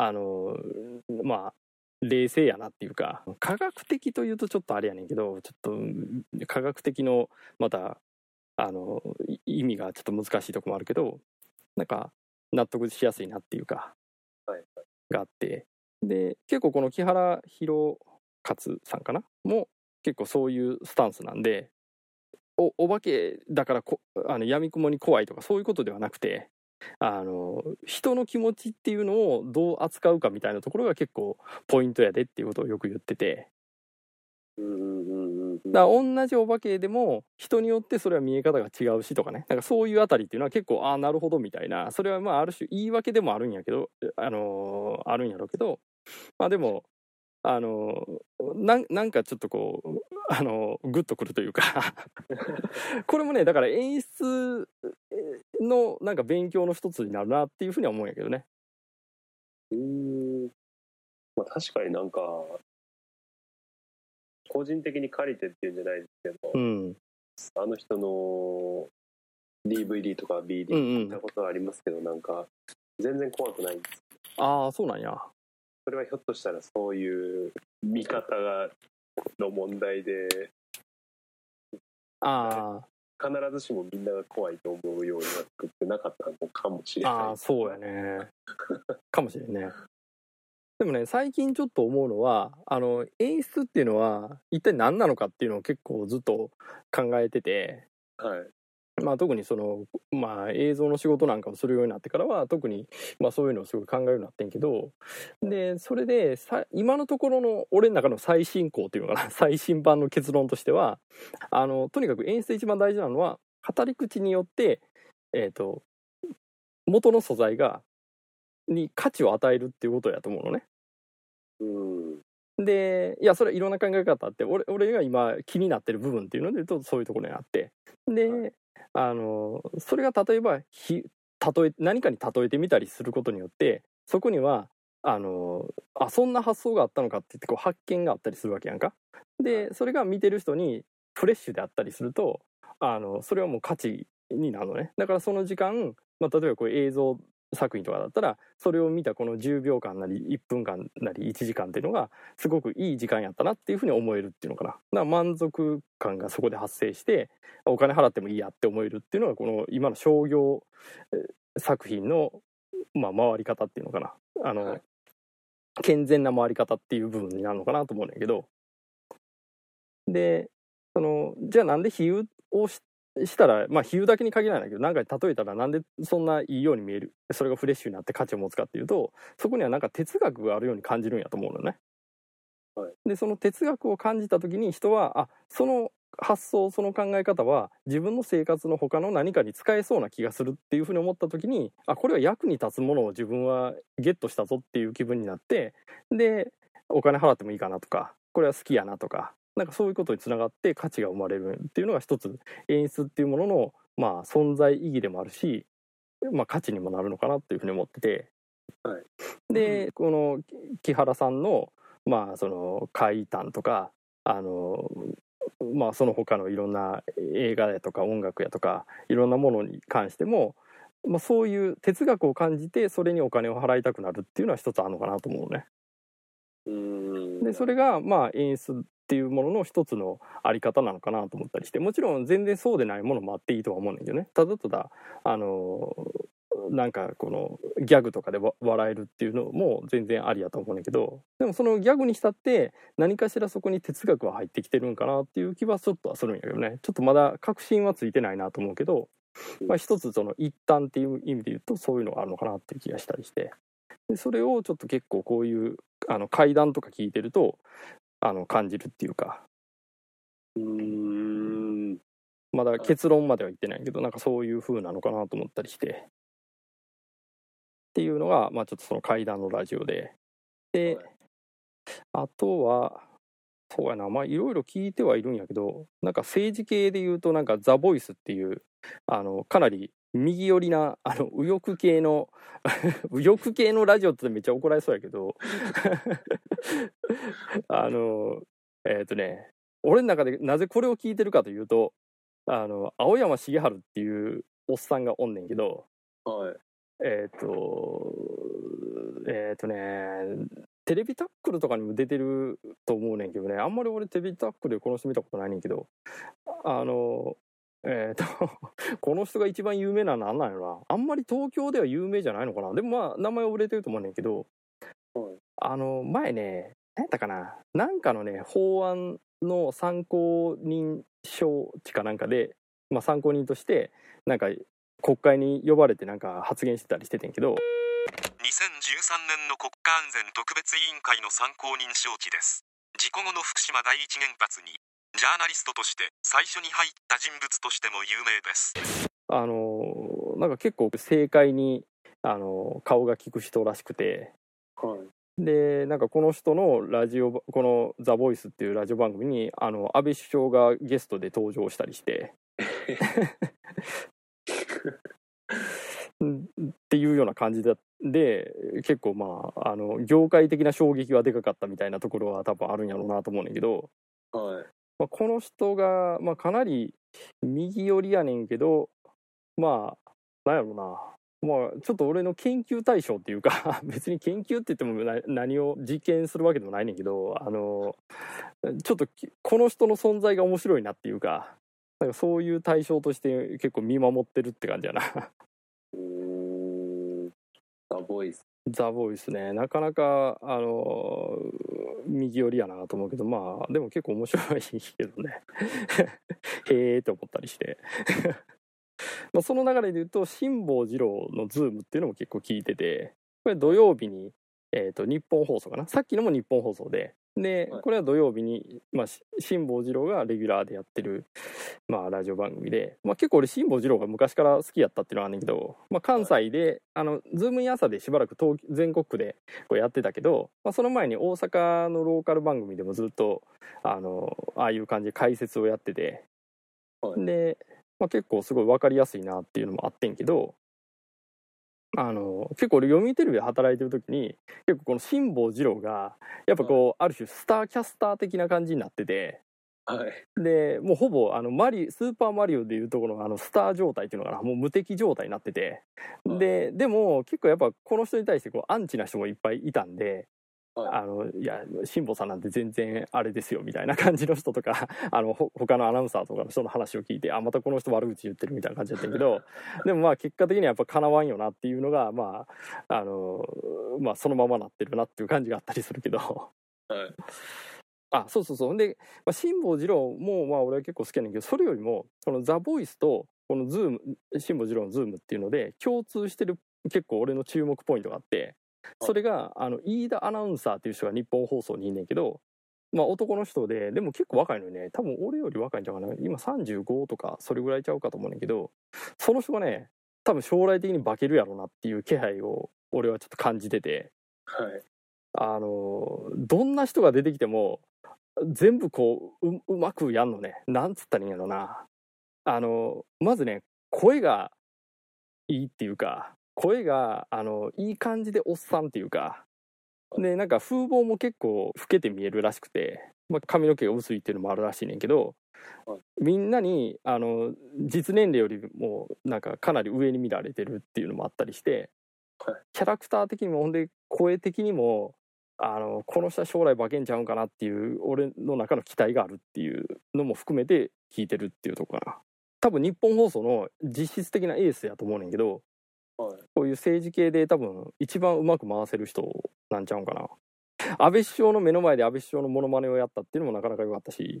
冷静やなっていうか、科学的というとちょっとあれやねんけど、ちょっと科学的のまた意味がちょっと難しいとこもあるけど、なんか納得しやすいなっていうか、があって、で結構この木原弘勝さんかなも結構そういうスタンスなんで、お化けだから闇雲に怖いとかそういうことではなくて、人の気持ちっていうのをどう扱うかみたいなところが結構ポイントやでっていうことをよく言ってて、 だから同じお化けでも人によってそれは見え方が違うしとかね、なんかそういうあたりっていうのは結構なるほどみたいな、それはまあある種言い訳でもあるんやけど、あるんやろうけど、まあでもなんかちょっとこうグッとくるというかこれもねだから演出のなんか勉強の一つになるなっていうふうには思うんやけどね。 まあ、確かになんか個人的に借りてっていうんじゃないですけど、あの人の DVD とか BD 見たことはありますけど、なんか全然怖くないんです。 ああ、そうなんや。 それはひょっとしたらそういう見方の問題で、必ずしもみんなが怖いと思うようには作ってなかったのかもしれない。 そうやねかもしれんね。でもね、最近ちょっと思うのは、演出っていうのは一体何なのかっていうのを結構ずっと考えてて、まあ特にまあ映像の仕事なんかをするようになってからは特にまあそういうのをすごい考えるようになってんけど、でそれで今のところの俺の中の最新項っていうのかな、最新版の結論としては、とにかく演出で一番大事なのは語り口によって元の素材に価値を与えるっていうことやと思うのね。でいやそれいろんな考え方あって、俺が今気になってる部分っていうので言うとそういうところにあって、でそれが例えば何かに例えてみたりすることによってそこにはそんな発想があったのかって言ってこう発見があったりするわけやんか。でそれが見てる人にフレッシュであったりするとそれはもう価値になるのね。だからその時間、まあ、例えばこう映像作品とかだったらそれを見たこの10秒間なり1分間なり1時間っていうのがすごくいい時間やったなっていうふうに思えるっていうのかな。だから満足感がそこで発生してお金払ってもいいやって思えるっていうのがこの今の商業作品の、まあ、回り方っていうのかな、健全な回り方っていう部分になるのかなと思うんだけど、でじゃあなんで比喩をしたら、まあ比喩だけに限らないけど、なんか例えたらなんでそんないいように見える、それがフレッシュになって価値を持つかっていうと、そこにはなんか哲学があるように感じるんやと思うのね。でその哲学を感じた時に人はその発想、その考え方は自分の生活の他の何かに使えそうな気がするっていうふうに思った時に、これは役に立つものを自分はゲットしたぞっていう気分になって、でお金払ってもいいかなとか、これは好きやなとか、なんかそういうことにつながって価値が生まれるっていうのが一つ演出っていうものの、まあ、存在意義でもあるし、まあ、価値にもなるのかなっていうふうに思ってて、でこの木原さんの、まあ、その怪談とかまあ、その他のいろんな映画やとか音楽やとかいろんなものに関しても、まあ、そういう哲学を感じてそれにお金を払いたくなるっていうのは一つあるのかなと思うね。でそれがまあ演出っていうものの一つのあり方なのかなと思ったりして、もちろん全然そうでないものもあっていいとは思うんだけどね。ただただなんかこのギャグとかで笑えるっていうのも全然ありやと思うんだけど、でもそのギャグにしたって何かしらそこに哲学は入ってきてるんかなっていう気はちょっとはするんやけどね。ちょっとまだ確信はついてないなと思うけど、まあ、一つその一端っていう意味で言うとそういうのがあるのかなっていう気がしたりして、でそれをちょっと結構こういう怪談とか聞いてると感じるっていうか、まだ結論までは言ってないけど、なんかそういう風なのかなと思ったりしてっていうのが、まあちょっとその怪談のラジオで、あとはそうやな、まあいろいろ聞いてはいるんやけど、なんか政治系で言うとなんかザ・ボイスっていうかなり右寄りな右翼系の右翼系のラジオってめっちゃ怒られそうやけど俺の中でなぜこれを聞いてるかというと、青山茂春っていうおっさんがおんねんけど、テレビタックルとかにも出てると思うねんけどね、あんまり俺テレビタックルでこの人見たことないねんけど、この人が一番有名なのは何なんやろな。あんまり東京では有名じゃないのかな。でもまあ名前は売れてると思うねんけど、前ね、何やったかな、なんかのね法案の参考人招致かなんかで、まあ、参考人としてなんか国会に呼ばれてなんか発言してたりしててんけど、 2013年の国家安全特別委員会の参考人招致です。 事故後の福島第一原発にジャーナリストとして最初に入った人物としても有名です。 なんか結構正解に顔が利く人らしくて、 はい、 でなんかこの人のラジオ、この「ザ・ボイスっていうラジオ番組に安倍首相がゲストで登場したりしてっていうような感じで結構まあ業界的な衝撃はでかかったみたいなところは多分あるんやろうなと思うんだけど、 はい、 まあ、この人が、まあ、かなり右寄りやねんけど、まあなんやろうな、まあ、ちょっと俺の研究対象っていうか別に研究って言っても何を実験するわけでもないねんけど、ちょっとこの人の存在が面白いなっていうか、なんかそういう対象として結構見守ってるって感じやなザ・ボイス。 ザ・ボイスね、なかなか右寄りやなと思うけど、まあでも結構面白いけどねへーって思ったりしてまあその流れで言うと辛坊治郎のズームっていうのも結構聞いてて、これ土曜日に日本放送かな、さっきのも日本放送でこれは土曜日に、まあ、辛坊治郎がレギュラーでやってる、まあ、ラジオ番組で、まあ、結構俺辛坊治郎が昔から好きやったっていうのはあるんだけど、まあ、関西でズームイン朝でしばらく全国区でこうやってたけど、まあ、その前に大阪のローカル番組でもずっとああいう感じで解説をやってて、で、まあ、結構すごい分かりやすいなっていうのもあってんけど、結構俺読売テレビで働いてる時に結構この辛坊治郎がやっぱこう、ある種スターキャスター的な感じになってて、 はい、 でもうほぼスーパーマリオでいうところのスター状態っていうのかな、もう無敵状態になってて、でも結構やっぱこの人に対してこうアンチな人もいっぱいいたんで、いや辛坊さんなんて全然あれですよみたいな感じの人とか他のアナウンサーとかの人の話を聞いて、またこの人悪口言ってるみたいな感じだったけどでもまあ結果的にはやっぱかなわんよなっていうのがまあまあそのままなってるなっていう感じがあったりするけどそうで、まあ、辛坊治郎もまあ俺は結構好きやねんけど、それよりもこのザ・ボイスとこのズーム、辛坊治郎のズームっていうので共通してる結構俺の注目ポイントがあって、それが飯田アナウンサーっていう人が日本放送にいんねんけど、まあ男の人でも結構若いのにね、多分俺より若いんちゃうかな、今35とかそれぐらいちゃうかと思うねんけど、その人がね多分将来的に化けるやろなっていう気配を俺はちょっと感じてて、どんな人が出てきても全部こうまくやんのね。なんつったらいいんやろな、まずね声がいいっていうか、声がいい感じでおっさんっていうか、でなんか風貌も結構老けて見えるらしくて、まあ、髪の毛が薄いっていうのもあるらしいねんけど、みんなに実年齢よりもなんかかなり上に見られてるっていうのもあったりして、キャラクター的にもほんで声的にもこの人は将来化けんちゃうんかなっていう俺の中の期待があるっていうのも含めて聞いてるっていうとこかな。多分日本放送の実質的なエースやと思うねんけど、こういう政治系で多分一番うまく回せる人なんちゃうんかな。安倍首相の目の前で安倍首相のモノマネをやったっていうのもなかなか良かったし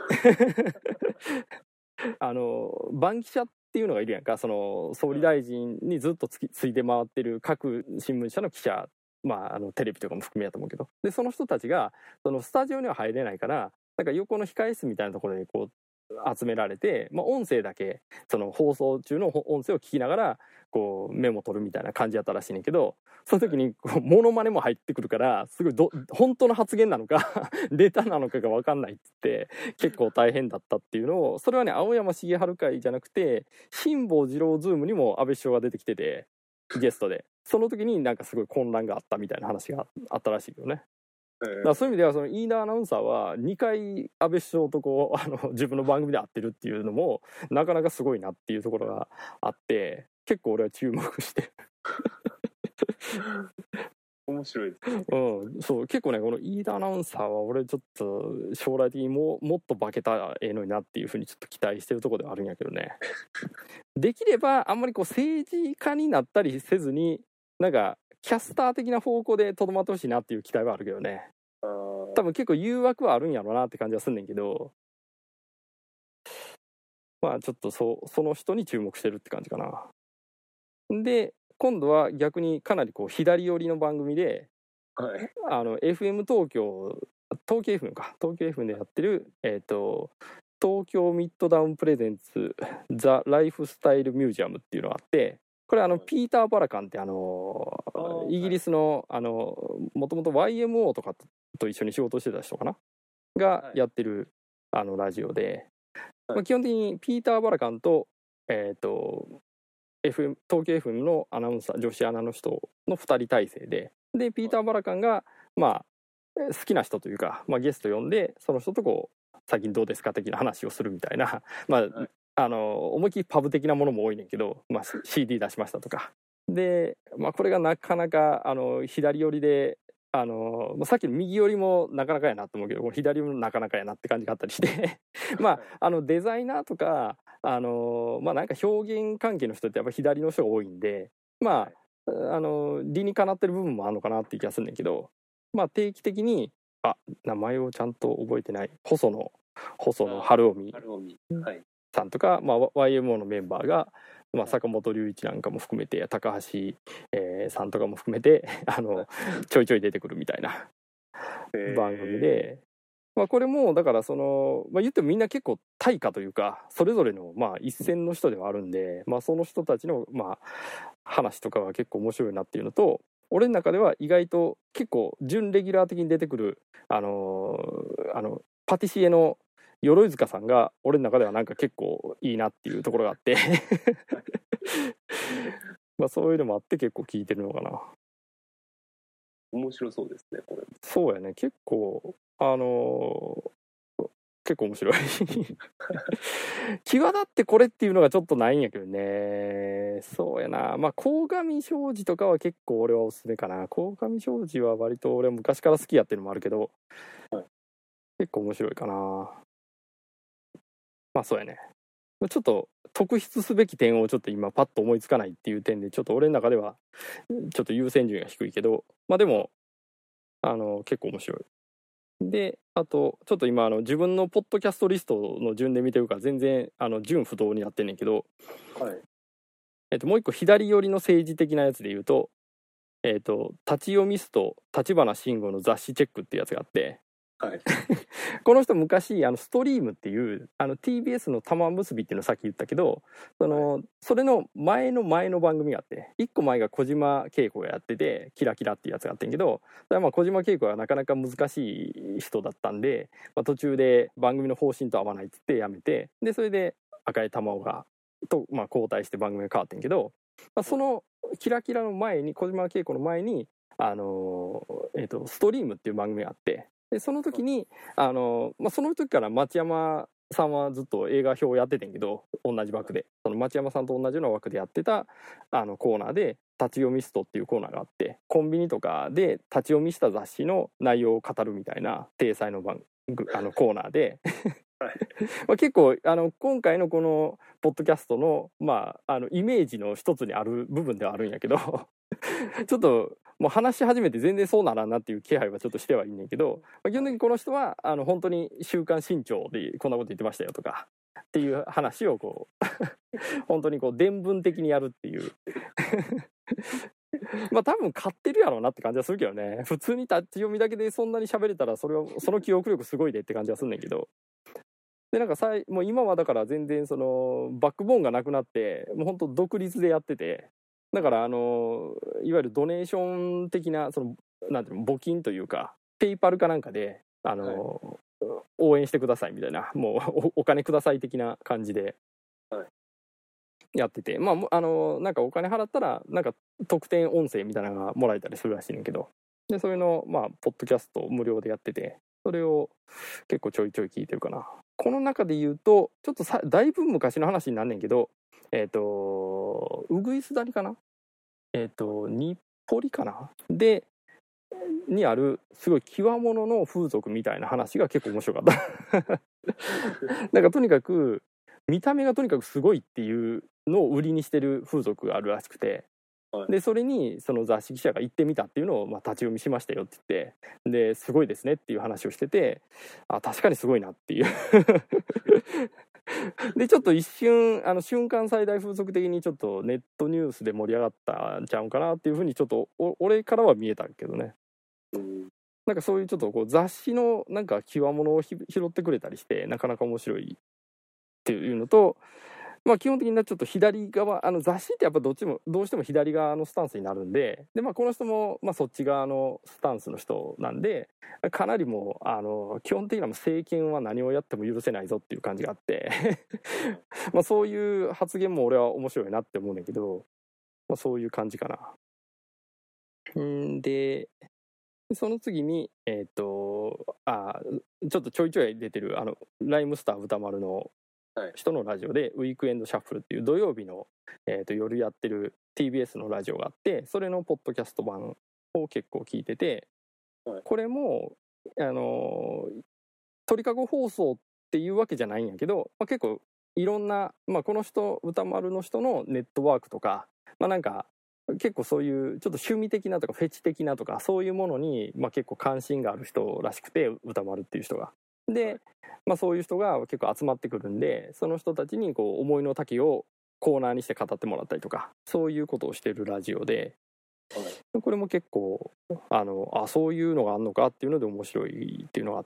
番記者っていうのがいるやんか、その総理大臣にずっとついて回ってる各新聞社の記者、まあテレビとかも含めやと思うけど、でその人たちがそのスタジオには入れないから、なんか横の控え室みたいなところにこう集められて、まあ、音声だけその放送中の音声を聞きながらこうメモ取るみたいな感じやったらしいねんけど、その時にこうモノマネも入ってくるからすごい本当の発言なのかネタなのかが分かんないって結構大変だったっていうのを、それはね青山茂春会じゃなくて辛坊治郎ズームにも安倍首相が出てきててゲストで、その時になんかすごい混乱があったみたいな話があったらしいよね。だからそういう意味ではその飯田アナウンサーは2回安倍首相とこう自分の番組で会ってるっていうのもなかなかすごいなっていうところがあって、結構俺は注目して面白いですね。 そう結構ねこの飯田アナウンサーは俺ちょっと将来的にもっと化けたらええのになっていうふうにちょっと期待してるところではあるんやけどねできればあんまりこう政治家になったりせずになんかキャスター的な方向でとどまってほしいなっていう期待はあるけどね。多分結構誘惑はあるんやろうなって感じはすんねんけど、まあちょっとその人に注目してるって感じかな。で今度は逆にかなりこう左寄りの番組で、FM 東京東京 FM か、東京 FM でやってる東京ミッドダウンプレゼンツザ・ライフスタイルミュージアムっていうのがあって、これピーター・バラカンってイギリスのもともと YMO とかと一緒に仕事してた人かながやってるラジオで、まあ、基本的にピーター・バラカンと東京 FM のアナウンサー、女子アナの人の2人体制で、ピーター・バラカンがまあ好きな人というか、まあ、ゲスト呼んでその人とこう最近どうですか的な話をするみたいな、まあ思いっきりパブ的なものも多いねんけど、まあ、CD 出しましたとかで、まあ、これがなかなか左寄りでさっきの右寄りもなかなかやなと思うけど、この左寄りもなかなかやなって感じがあったりしてまあデザイナーとかまあなんか表現関係の人ってやっぱ左の人が多いんで、まあ理にかなってる部分もあるのかなっていう気がするんだけど、まあ定期的に名前をちゃんと覚えてない細野晴臣さんとか、まあ、YMO のメンバーが、まあ、坂本龍一なんかも含めて高橋、さんとかも含めてちょいちょい出てくるみたいな番組で、まあ、これもだからまあ、言ってもみんな結構大家というかそれぞれのまあ一線の人ではあるんで、まあ、その人たちのまあ話とかが結構面白いなっていうのと、俺の中では意外と結構準レギュラー的に出てくるパティシエの鎧塚さんが俺の中ではなんか結構いいなっていうところがあってまあそういうのもあって結構聞いてるのかな。 面白そうですねこれ。 そうやね、結構結構面白い際立ってこれっていうのがちょっとないんやけどね。そうやな、まあ鴻上尚史とかは結構俺はおすすめかな。鴻上尚史は割と俺は昔から好きやっていうのもあるけど、結構面白いかな。まあそうやね、ちょっと特筆すべき点をちょっと今パッと思いつかないっていう点でちょっと俺の中ではちょっと優先順位が低いけど、まあでも結構面白い。であとちょっと今自分のポッドキャストリストの順で見てるから全然順不動になってんねんけど、もう一個左寄りの政治的なやつで言うと立ち読みスト立花慎吾の雑誌チェックっていうやつがあって、この人昔ストリームっていうTBS の玉結びっていうのさっき言ったけど、それの前の番組があって、1個前が小島慶子がやっててキラキラっていうやつがあってんけど、それはまあ小島慶子がなかなか難しい人だったんで、まあ、途中で番組の方針と合わないっつってやめて、でそれで赤井玉緒がまあ、交代して番組が変わってんけど、まあ、そのキラキラの前に小島慶子の前にストリームっていう番組があって、でその時にまあ、その時から町山さんはずっと映画表をやっててんけど、同じ枠でその町山さんと同じような枠でやってたコーナーで立ち読みストっていうコーナーがあって、コンビニとかで立ち読みした雑誌の内容を語るみたいな体裁のコーナーでまあ結構今回のこのポッドキャストの、まあ、イメージの一つにある部分ではあるんやけどちょっともう話し始めて全然そうならんなっていう気配はちょっとしてはいいねんけど、まあ、基本的にこの人は本当に週刊新潮でこんなこと言ってましたよとかっていう話をこう本当にこう伝聞的にやるっていうまあ多分買ってるやろうなって感じはするけどね。普通に立ち読みだけでそんなに喋れたらその記憶力すごいでって感じはすんねんけど、でなんかもう今はだから全然そのバックボーンがなくなってもう本当独立でやってて、だからいわゆるドネーション的ななんていうの募金というかペイパルかなんかで応援してくださいみたいな、もうお金ください的な感じでやってて、まあなんかお金払ったらなんか特典音声みたいなのがもらえたりするらしいねんけど、でそういうのまあポッドキャスト無料でやってて、それを結構ちょいちょい聞いてるかな。この中で言うとちょっとだいぶ昔の話になんねんけど、ウグイス谷かな、日暮里かなでにあるすごい極物の風俗みたいな話が結構面白かったなんかとにかく見た目がとにかくすごいっていうのを売りにしてる風俗があるらしくて、でそれにその雑誌記者が行ってみたっていうのをまあ立ち読みしましたよって言って、ですごいですねっていう話をしてて、確かにすごいなっていうでちょっと一瞬瞬間最大風速的にちょっとネットニュースで盛り上がったんちゃうかなっていうふうにちょっと俺からは見えたけどね。 なんかそういうちょっとこう雑誌のなんか際物を拾ってくれたりしてなかなか面白いっていうのと、まあ基本的にちょっと左側、雑誌ってやっぱどうしても左側のスタンスになるんで、まあこの人もまあそっち側のスタンスの人なんで、かなりもう基本的には政権は何をやっても許せないぞっていう感じがあってまあそういう発言も俺は面白いなって思うんだけど、まあそういう感じかな。でその次にちょっとちょいちょい出てるライムスター歌丸の人のラジオで、ウィークエンドシャッフルっていう土曜日の、夜やってる TBS のラジオがあって、それのポッドキャスト版を結構聞いてて、これも鳥かご放送っていうわけじゃないんやけど、まあ、結構いろんな、まあ、この人歌丸の人のネットワークとか、まあなんか結構そういうちょっと趣味的なとかフェチ的なとかそういうものに、まあ、結構関心がある人らしくて、歌丸っていう人が。で、まあ、そういう人が結構集まってくるんで、その人たちにこう思いの丈をコーナーにして語ってもらったりとか、そういうことをしてるラジオで、これも結構そういうのがあんのかっていうので面白いっていうのがあって、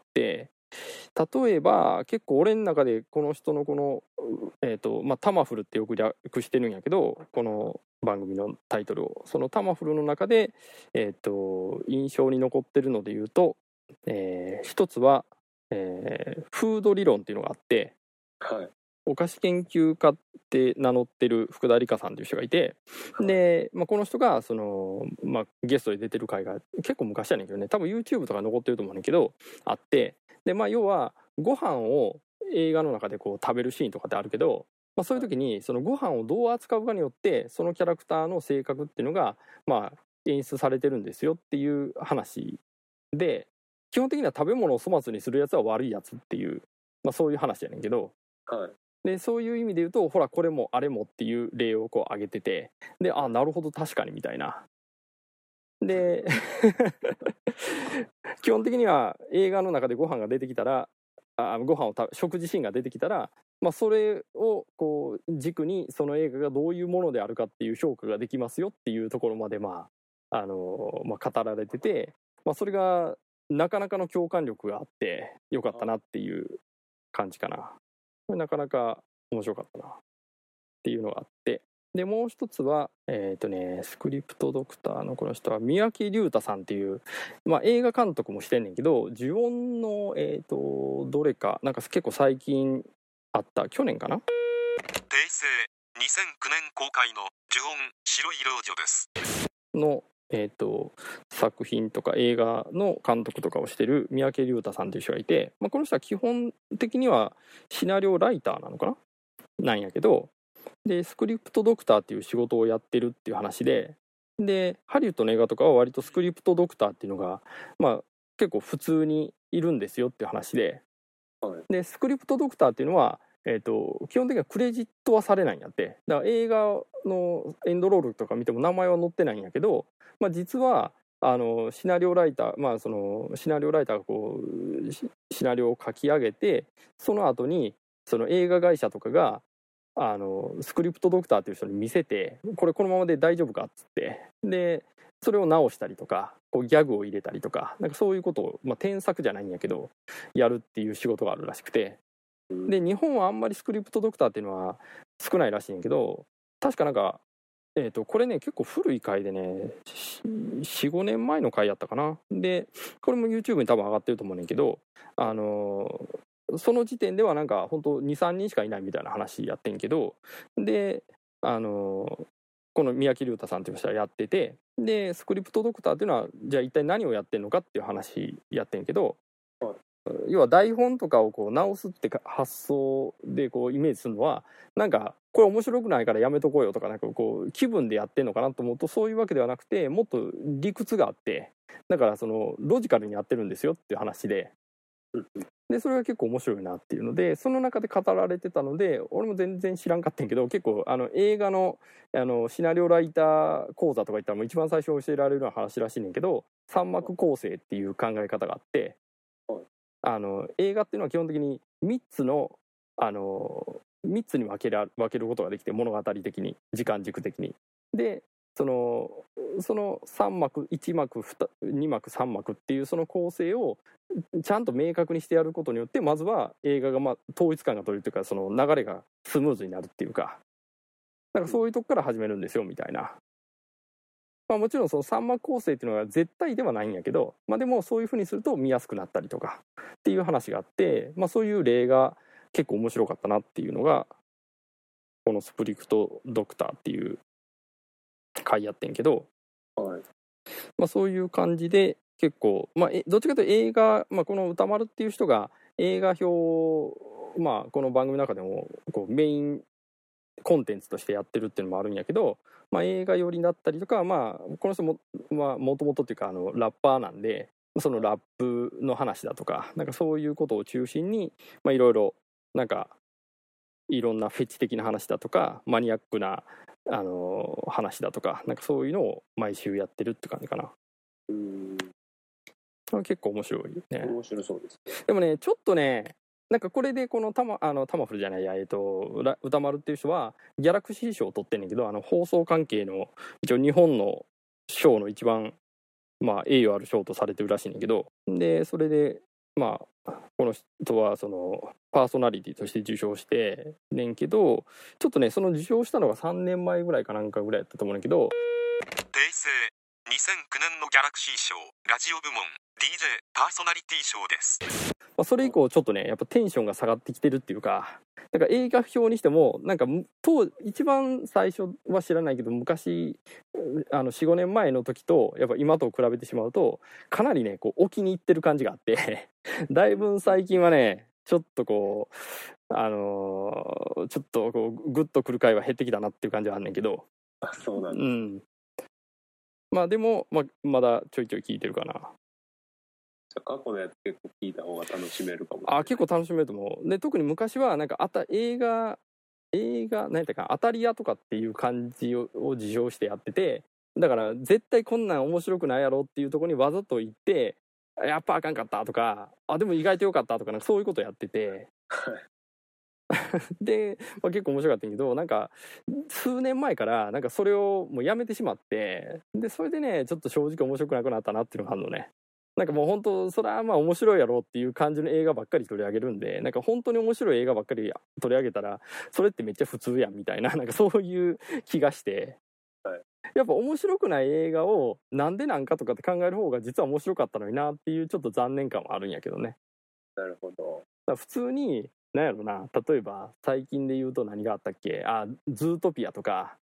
例えば結構俺の中でこの人のこのまあタマフルってよく略してるんやけど、この番組のタイトルを、そのタマフルの中で印象に残ってるので言うと、一つはフード理論っていうのがあって、 はい、 お菓子研究家って名乗ってる福田理香さんという人がいて、で、まあ、この人がまあ、ゲストで出てる回が結構昔やねんけどね、多分 YouTube とか残ってると思うねんけどあって、で、まあ、要はご飯を映画の中でこう食べるシーンとかってあるけど、まあ、そういう時にそのご飯をどう扱うかによってそのキャラクターの性格っていうのがまあ演出されてるんですよっていう話で、基本的には食べ物を粗末にするやつは悪いやつっていう、まあ、そういう話やねんけど、 はい、 でそういう意味で言うと、ほらこれもあれもっていう例をこう挙げてて、でなるほど確かにみたいな。で基本的には映画の中でご飯が出てきたら、食事シーンが出てきたら、まあ、それをこう軸にその映画がどういうものであるかっていう評価ができますよっていうところまでまあ語られてて、まあ、それがなかなかの共感力があってよかったなっていう感じかな。これなかなか面白かったなっていうのがあって、でもう一つはスクリプトドクターのこの人は三宅龍太さんっていう、まあ、映画監督もしてんねんけど、呪怨のどれかなんか結構最近あった、去年かな、 訂正2009年公開の呪怨白い老女ですの作品とか映画の監督とかをしてる三宅龍太さんという人がいて、まあ、この人は基本的にはシナリオライターなのかななんやけど、でスクリプトドクターっていう仕事をやってるっていう話で、ハリウッドの映画とかは割とスクリプトドクターっていうのが、まあ、結構普通にいるんですよっていう話で、でスクリプトドクターっていうのは基本的にはクレジットはされないんやって。だから映画のエンドロールとか見ても名前は載ってないんやけど、まあ、実はシナリオライター、まあ、そのシナリオライターがこうシナリオを書き上げて、その後にその映画会社とかがスクリプトドクターっていう人に見せて、これこのままで大丈夫かっつって、でそれを直したりとか、こうギャグを入れたりとか、なんかそういうことを、まあ、添削じゃないんやけどやるっていう仕事があるらしくて、で日本はあんまりスクリプトドクターっていうのは少ないらしいんやけど、確かなんかこれね結構古い回でね、 4,5 年前の回やったかな。でこれも YouTube に多分上がってると思うねんけど、その時点ではなんか本当 2,3 人しかいないみたいな話やってんけど、でこの三宅龍太さんという人はやってて、でスクリプトドクターっていうのはじゃあ一体何をやってんのかっていう話やってんけど、要は台本とかをこう直すって発想でこうイメージするのは、なんかこれ面白くないからやめとこうよとか、なんかこう気分でやってんのかなと思うと、そういうわけではなくて、もっと理屈があって、だからそのロジカルにやってるんですよっていう話で、それが結構面白いなっていうので、その中で語られてたので、俺も全然知らんかったんけど、結構映画のシナリオライター講座とか言ったらもう一番最初教えられるような話らしいねんけど、三幕構成っていう考え方があって、映画っていうのは基本的に3つに分けることができて、物語的に時間軸的にでその3幕1幕2幕3幕っていうその構成をちゃんと明確にしてやることによって、まずは映画が統一感が取れるというか、その流れがスムーズになるっていうか、なんかそういうとこから始めるんですよみたいな。もちろんその3幕構成っていうのが絶対ではないんやけど、でもそういう風にすると見やすくなったりとかっていう話があって、そういう例が結構面白かったなっていうのがこのスプリクトドクターっていう回やってんけど、 はい、 そういう感じで結構、どっちかというと映画、この歌丸っていう人が映画表を、この番組の中でもこうメインコンテンツとしてやってるっていうのもあるんやけど、映画寄りだったりとか、この人ももともとっていうかラッパーなんで、そのラップの話だとか、なんかそういうことを中心にいろいろなんかいろんなフェチ的な話だとかマニアックな話だとか、なんかそういうのを毎週やってるって感じかな。結構面白いよね。 面白そうですね。 でもね、ちょっとね、なんかこれでこのタマフルじゃないや、歌丸っていう人はギャラクシー賞を取ってんねんけど、放送関係の一応日本の賞の一番栄誉ある賞とされてるらしいねんけど、でそれでこの人はそのパーソナリティとして受賞してねんけど、ちょっとねその受賞したのが3年前ぐらいかなんかぐらいやったと思うんだけど、 訂正、2009年のギャラクシー賞ラジオ部門 DJ パーソナリティ賞です。 それ以降ちょっとねやっぱテンションが下がってきてるっていうか、なんか映画表にしてもなんか一番最初は知らないけど、昔4,5 年前の時とやっぱ今と比べてしまうとかなりねこう置きにいってる感じがあってだいぶ最近はねちょっとこうちょっとこうグッとくる回は減ってきたなっていう感じはあんねんけど、 そうなんです、 でも、まだちょいちょい聞いてるかな。 過去のやつ結構聞いた方が楽しめるかもしれない。 結構楽しめると思う。で特に昔はなんか映画何やったか当たり屋とかっていう感じを自称してやってて、だから絶対こんなん面白くないやろっていうところにわざと行ってやっぱあかんかったとか、でも意外とよかったとか、なんかそういうことやっててで、結構面白かったんやけど、なんか数年前からなんかそれをもうやめてしまって、でそれでねちょっと正直面白くなくなったなっていうのがあるのね。なんかもう本当それは面白いやろっていう感じの映画ばっかり取り上げるんで、なんか本当に面白い映画ばっかり取り上げたらそれってめっちゃ普通やんみたいな、なんかそういう気がして、やっぱ面白くない映画をなんでなんかとかって考える方が実は面白かったのになっていうちょっと残念感はあるんやけどね。 なるほど。だから普通になんやろな、例えば最近で言うと何があったっけ、ズートピアとか、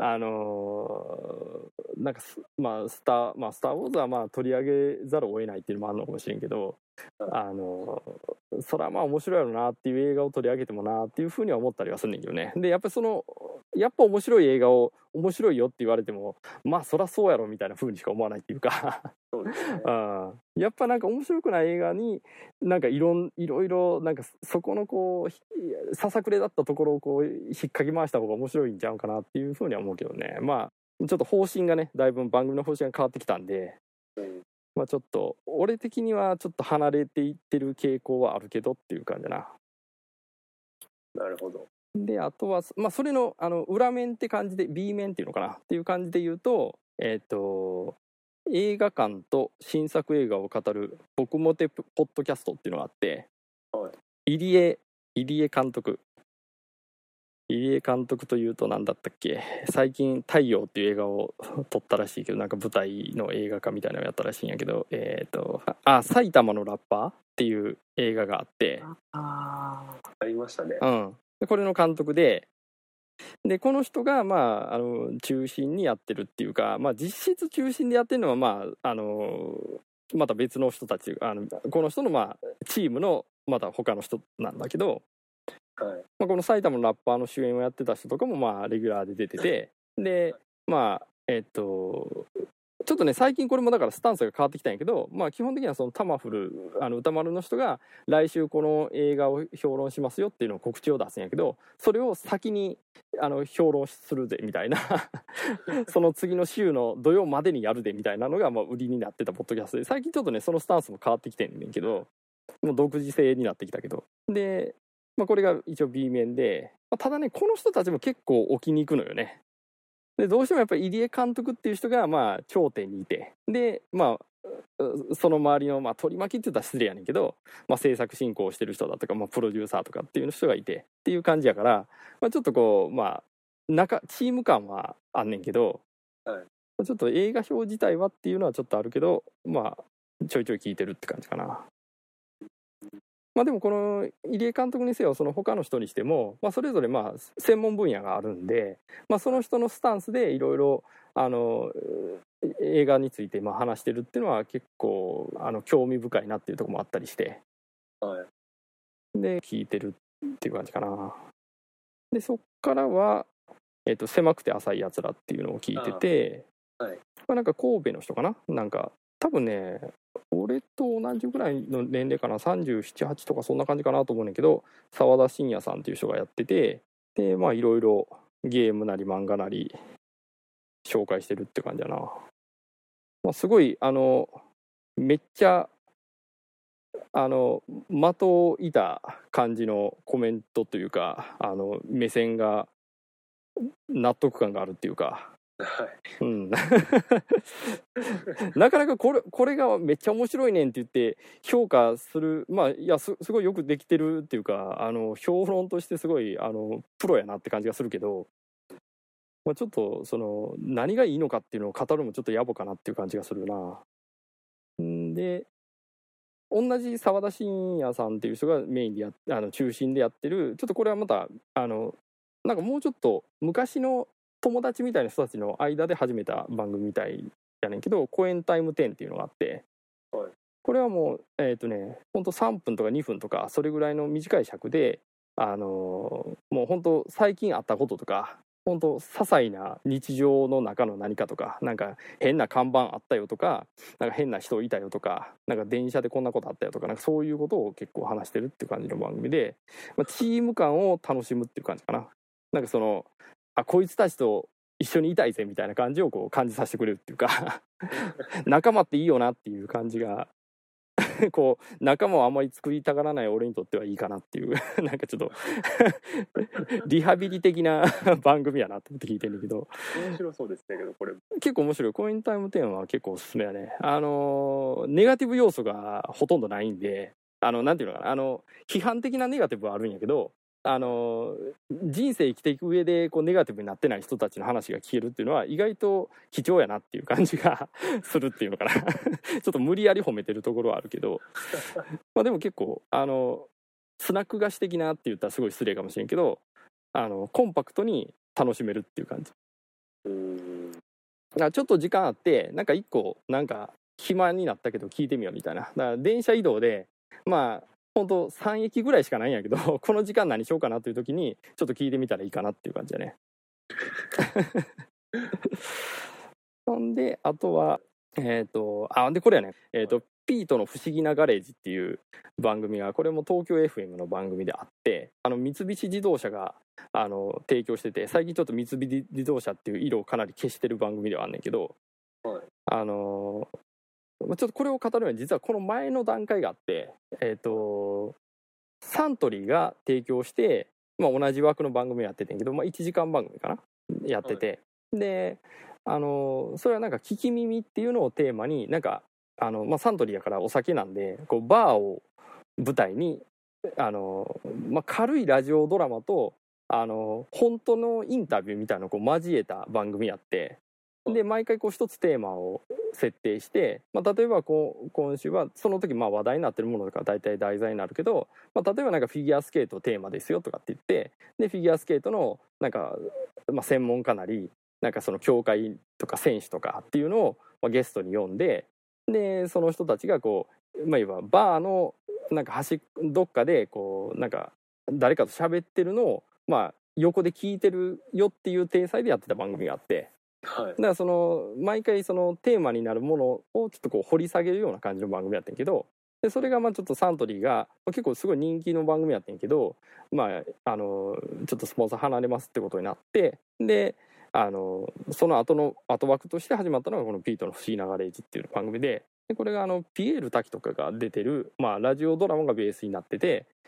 なんかスター・ウォーズは取り上げざるを得ないっていうのもあるのかもしれんけど、それは面白いやろなっていう映画を取り上げてもなっていうふうには思ったりはするんだけどね。でやっぱやっぱ面白い映画を面白いよって言われてもそりゃそうやろみたいなふうにしか思わないっていうかそうですねやっぱなんか面白くない映画になんかいろいろなんかそこのこうささくれだったところをこう引っかき回した方が面白いんちゃうかなっていうふうには思うけどね。ちょっと方針がねだいぶ番組の方針が変わってきたんで、ちょっと俺的にはちょっと離れていってる傾向はあるけどっていう感じだな。 なるほど。 であとはそれの裏面って感じで B 面っていうのかなっていう感じで言うと、映画館と新作映画を語る僕もてポッドキャストっていうのがあって、入江監督というと何だったっけ、最近太陽っていう映画を撮ったらしいけど、なんか舞台の映画化みたいなのをやったらしいんやけど、埼玉のラッパーっていう映画があって、 ありましたね。 これの監督でこの人が中心にやってるっていうか、実質中心でやってるのはまた別の人たち、この人のチームのまた他の人なんだけど、この埼玉のラッパーの主演をやってた人とかもレギュラーで出てて、でちょっとね最近これもだからスタンスが変わってきたんやけど、基本的にはそのタマフル歌丸の人が来週この映画を評論しますよっていうのを告知を出すんやけど、それを先に評論するぜみたいなその次の週の土曜までにやるでみたいなのが売りになってたポッドキャストで、最近ちょっとねそのスタンスも変わってきてんねんけど、もう独自性になってきたけど、でこれが一応 B 面で、ただねこの人たちも結構置きに行くのよね。 でどうしてもやっぱり入江監督っていう人がまあ頂点にいて、でまあその周りの、まあ、取り巻きって言ったら失礼やねんけど、まあ、制作進行してる人だとか、まあ、プロデューサーとかっていう人がいてっていう感じやから、まあ、ちょっとこうまあチーム感はあんねんけど、 はい、 ちょっと映画表自体はっていうのはちょっとあるけど、まあちょいちょい聞いてるって感じかな。まあでもこの入江監督にせよその他の人にしても、まあ、それぞれまあ専門分野があるんで、まあ、その人のスタンスでいろいろ映画についてまあ話してるっていうのは結構興味深いなっていうところもあったりして、 はい、 で聞いてるっていう感じかな。でそっからは、狭くて浅いやつらっていうのを聞いてて、 はい、 なんか神戸の人かな、なんか多分ね俺と同じぐらいの年齢かな、37、8とかそんな感じかなと思うねんけど、沢田信也さんっていう人がやってて、でまあいろいろゲームなり漫画なり紹介してるって感じだな。まあ、すごいめっちゃ的を射た感じのコメントというか目線が納得感があるっていうか、 はい、 うん、なかなかこれがめっちゃ面白いねんって言って評価する、まあいや すごいよくできてるっていうか評論としてすごいプロやなって感じがするけど、まあ、ちょっとその何がいいのかっていうのを語るのもちょっと野暮かなっていう感じがするな。で同じ沢田信也さんっていう人がメインで中心でやってる、ちょっとこれはまたなんかもうちょっと昔の友達みたいな人たちの間で始めた番組みたいやねんけど、コエンタイム10っていうのがあって、 はい、 これはもうほんと3分とか2分とかそれぐらいの短い尺でもうほんと最近あったこととか、本当些細な日常の中の何かとか、なんか変な看板あったよとか、なんか変な人いたよとか、なんか電車でこんなことあったよとか、なんかそういうことを結構話してるっていう感じの番組で、まあ、チーム感を楽しむっていう感じかな。なんかそのこいつたちと一緒にいたいぜみたいな感じをこう感じさせてくれるっていうか仲間っていいよなっていう感じがこう仲間をあんまり作りたがらない俺にとってはいいかなっていうなんかちょっとリハビリ的な番組やなと思って聞いてるんだけど、 面白そうですね。けどこれ結構面白い。コインタイム10は結構おすすめやね。ネガティブ要素がほとんどないんで、なんていうのかな、批判的なネガティブはあるんやけど、人生生きていく上でこうネガティブになってない人たちの話が聞けるっていうのは意外と貴重やなっていう感じがするっていうのかなちょっと無理やり褒めてるところはあるけどまあでも結構スナック菓子的なって言ったらすごい失礼かもしれんけどコンパクトに楽しめるっていう感じ。だからちょっと時間あってなんか一個なんか暇になったけど聞いてみようみたいな。だから電車移動でまあ本当3駅ぐらいしかないんやけどこの時間何しようかなという時にちょっと聞いてみたらいいかなっていう感じだねほんであとはでこれやねピートの不思議なガレージっていう番組がこれも東京 FM の番組であって三菱自動車が提供してて、最近ちょっと三菱自動車っていう色をかなり消してる番組ではあんねんけど、 はい、 ちょっとこれを語る前に実はこの前の段階があって、サントリーが提供して、まあ、同じ枠の番組やっててんけど、まあ、1時間番組かなやってて、はい、でそれはなんか聞き耳っていうのをテーマになんかまあ、サントリーやからお酒なんでこうバーを舞台にまあ、軽いラジオドラマと本当のインタビューみたいなのをこう交えた番組やって、で毎回こう一つテーマを設定して、まあ、例えば今週はその時まあ話題になってるものとか大体題材になるけど、まあ、例えばなんかフィギュアスケートテーマですよとかって言って、でフィギュアスケートのなんか、まあ、専門家なりなんかその協会とか選手とかっていうのを、まあ、ゲストに呼んで、でその人たちがこう、まあ、いわばバーのなんかどっかでこうなんか誰かと喋ってるのを、まあ、横で聞いてるよっていう体裁でやってた番組があって、はい、だからその毎回そのテーマになるものをちょっとこう掘り下げるような感じの番組やってんけど、でそれがまあちょっとサントリーが結構すごい人気の番組やってんけど、まあちょっとスポンサー離れますってことになって、でその後枠として始まったのがこのピートの不思議なガレージっていう番組で、これがピエール滝とかが出てる、まあ、ラジオドラマがベースになってて、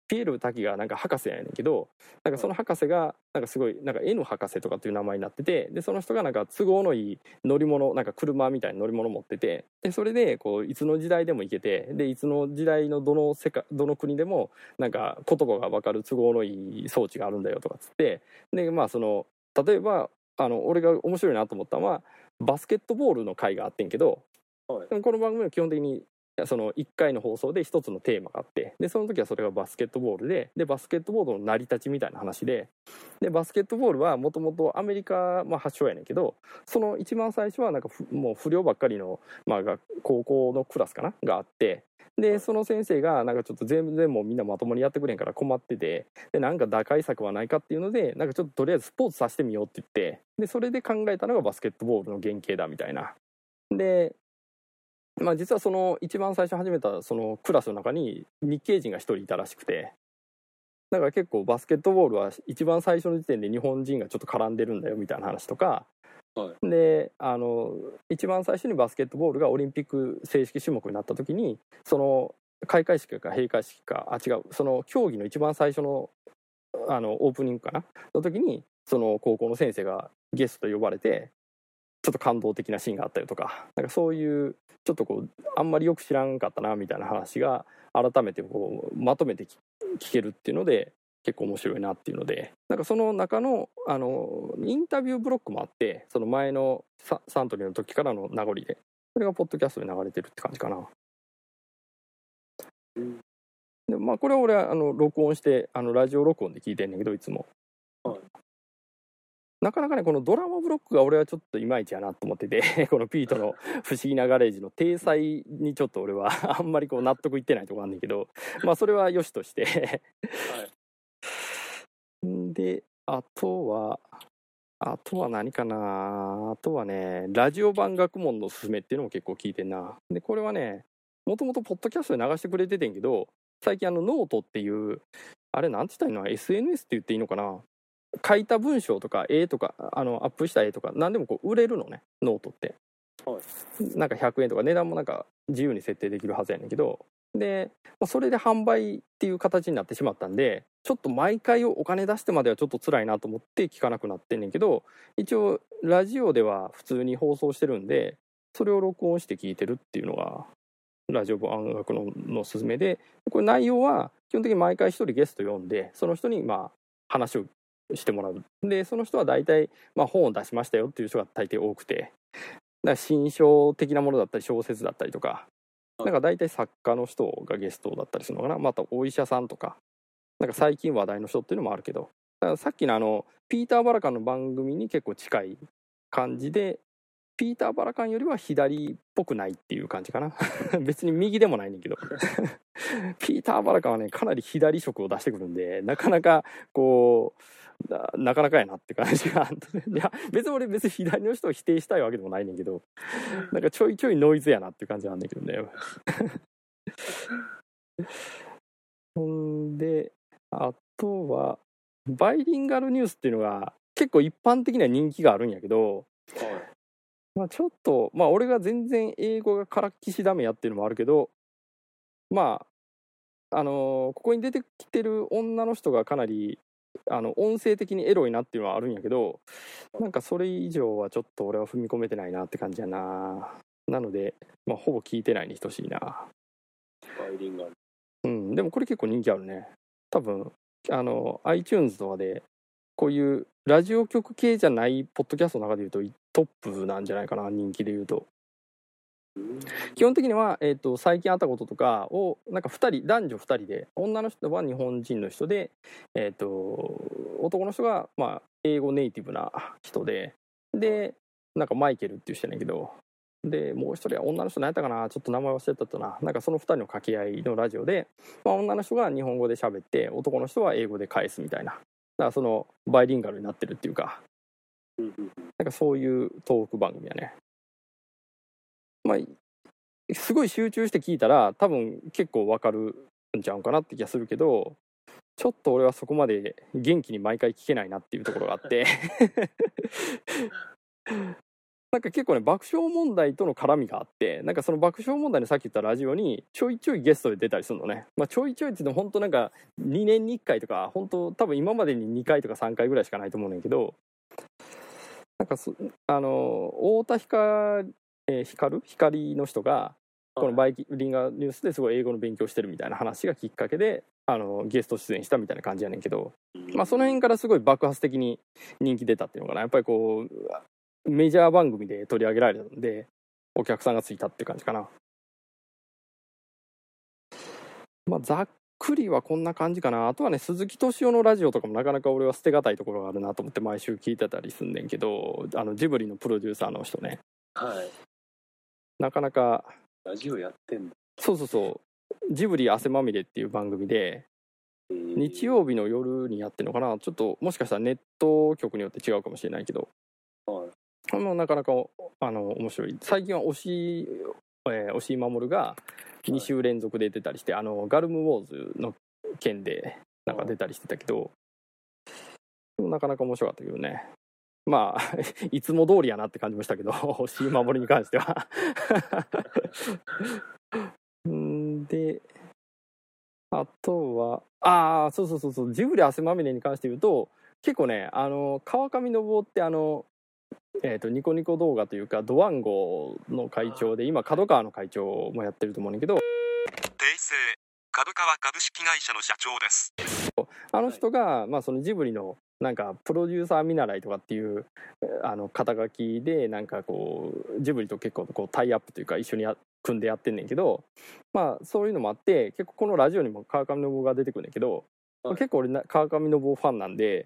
ピエール滝がなんか博士やねんけど、なんかその博士がなんかすごいなんか N 博士とかっていう名前になってて、でその人がなんか都合のいい乗り物、なんか車みたいな乗り物持ってて、でそれでこういつの時代でも行けて、でいつの時代のどの国でもなんか言葉が分かる都合のいい装置があるんだよとかっつって、でまあその例えば俺が面白いなと思ったのはバスケットボールの回があってんけど、はい、この番組は基本的にその1回の放送で一つのテーマがあって、でその時はそれがバスケットボールで、バスケットボールの成り立ちみたいな話で、バスケットボールはもともとアメリカ、発祥やねんけど、その一番最初はなんかもう不良ばっかりの、高校のクラスかながあって、でその先生がなんかちょっと全然もうみんなまともにやってくれんから困ってて、でなんか打開策はないかっていうので、なんかちょっととりあえずスポーツさせてみようって言って、でそれで考えたのがバスケットボールの原型だみたいな。で実はその一番最初始めたそのクラスの中に日系人が一人いたらしくて、だから結構バスケットボールは一番最初の時点で日本人がちょっと絡んでるんだよみたいな話とか、はい、で一番最初にバスケットボールがオリンピック正式種目になった時に、その開会式か閉会式かその競技の一番最初のオープニングかなの時にその高校の先生がゲストと呼ばれてちょっと感動的なシーンがあったりとか、なんかそういうちょっとこうあんまりよく知らんかったなみたいな話が改めてこうまとめて聞けるっていうので結構面白いなっていうので、なんかその中のインタビューブロックもあって、その前のサントリーの時からの名残で、それがポッドキャストで流れてるって感じかな。でこれは俺は録音してラジオ録音で聞いてんねんけどいつも、はい、なかなかねこのドラマブロックが俺はちょっといまいちやなと思っててこのピートの不思議なガレージの体裁にちょっと俺はあんまりこう納得いってないところあんねんけど、それはよしとしてはい、であとは何かな、あとはねラジオ版学問のすすめっていうのも結構聞いてんな。でこれはねもともとポッドキャストで流してくれててんけど、最近ノートっていうあれなんて言ったらいいの、 SNS って言っていいのかな、書いた文章とか絵とかアップした絵とか何でもこう売れるのね、ノートって、はい、なんか100円とか値段もなんか自由に設定できるはずやねんけど、でそれで販売っていう形になってしまったんで、ちょっと毎回お金出してまではちょっと辛いなと思って聞かなくなってんねんけど、一応ラジオでは普通に放送してるんでそれを録音して聞いてるっていうのがラジオ版学のすすめで、これ内容は基本的に毎回一人ゲスト呼んでその人に話をしてもらう。でその人は大体本を出しましたよっていう人が大抵多くて、だから新書的なものだったり小説だったりとか、なんか大体作家の人がゲストだったりするのかな、またお医者さんとかなんか最近話題の人っていうのもあるけど、だからさっきのピーター・バラカンの番組に結構近い感じで、ピーター・バラカンよりは左っぽくないっていう感じかな別に右でもないねんけどピーター・バラカンはねかなり左色を出してくるんで、なかなかこうなかなかやなって感じがいや別に俺左の人を否定したいわけでもないねんけど、なんかちょいちょいノイズやなっていう感じなんだけどねほんであとはバイリンガルニュースっていうのが結構一般的には人気があるんやけど、ちょっと俺が全然英語がからっきしダメやっていうのもあるけど、ここに出てきてる女の人がかなり音声的にエロいなっていうのはあるんやけど、なんかそれ以上はちょっと俺は踏み込めてないなって感じやな。なのでほぼ聞いてないに等しいな。バイリンガル、 でもこれ結構人気あるね。多分iTunes とかでこういうラジオ局系じゃないポッドキャストの中でいうとトップなんじゃないかな、人気でいうと。基本的には、最近あったこととかをなんか男女2人で、女の人は日本人の人で、男の人が英語ネイティブな人でなんかマイケルっていう人やねんけど、でもう一人は女の人何やったかな、ちょっと名前忘れたな。なんかその2人の掛け合いのラジオで、女の人が日本語で喋って男の人は英語で返すみたいな、だからそのバイリンガルになってるっていうか、なんかそういうトーク番組やね。すごい集中して聞いたら多分結構わかるんちゃうかなって気がするけど、ちょっと俺はそこまで元気に毎回聞けないなっていうところがあってなんか結構ね爆笑問題との絡みがあって、なんかその爆笑問題のさっき言ったラジオにちょいちょいゲストで出たりするのね。まあちょいちょいって言っても本当なんか2年に1回とか、本当多分今までに2回とか3回ぐらいしかないと思うねんけど、なんか太田光の人がこのバイリンガーニュースですごい英語の勉強してるみたいな話がきっかけでゲスト出演したみたいな感じやねんけど、まあその辺からすごい爆発的に人気出たっていうのかな。やっぱりこうメジャー番組で取り上げられたんでお客さんがついたっていう感じかな。まあざっくりはこんな感じかな。あとはね鈴木敏夫のラジオとかもなかなか俺は捨てがたいところがあるなと思って毎週聞いてたりすんねんけど、ジブリのプロデューサーの人ね、 はい、 なかなかラジオやってんだ。 そうジブリ汗まみれっていう番組で日曜日の夜にやってるのかな。ちょっともしかしたらネット局によって違うかもしれないけど、はい、もうなかなか面白い。最近は押井守が2週連続で出たりして、はい、ガルムウォーズの件でなんか出たりしてたけど、なかなか面白かったけどね。まあいつも通りやなって感じましたけど押井守に関してはであとはそうジブリ汗まみれに関して言うと結構ね川上信夫ってニコニコ動画というかドワンゴの会長で今角川の会長もやってると思うんだけど、訂正、角川株式会社の社長です。 あの人が、まあ、そのジブリのなんかプロデューサー見習いとかっていう肩書きでなんかこうジブリと結構こうタイアップというか一緒に組んでやってんねんけど、まあそういうのもあって結構このラジオにも川上信夫が出てくるんだけど、結構俺川上信夫ファンなんで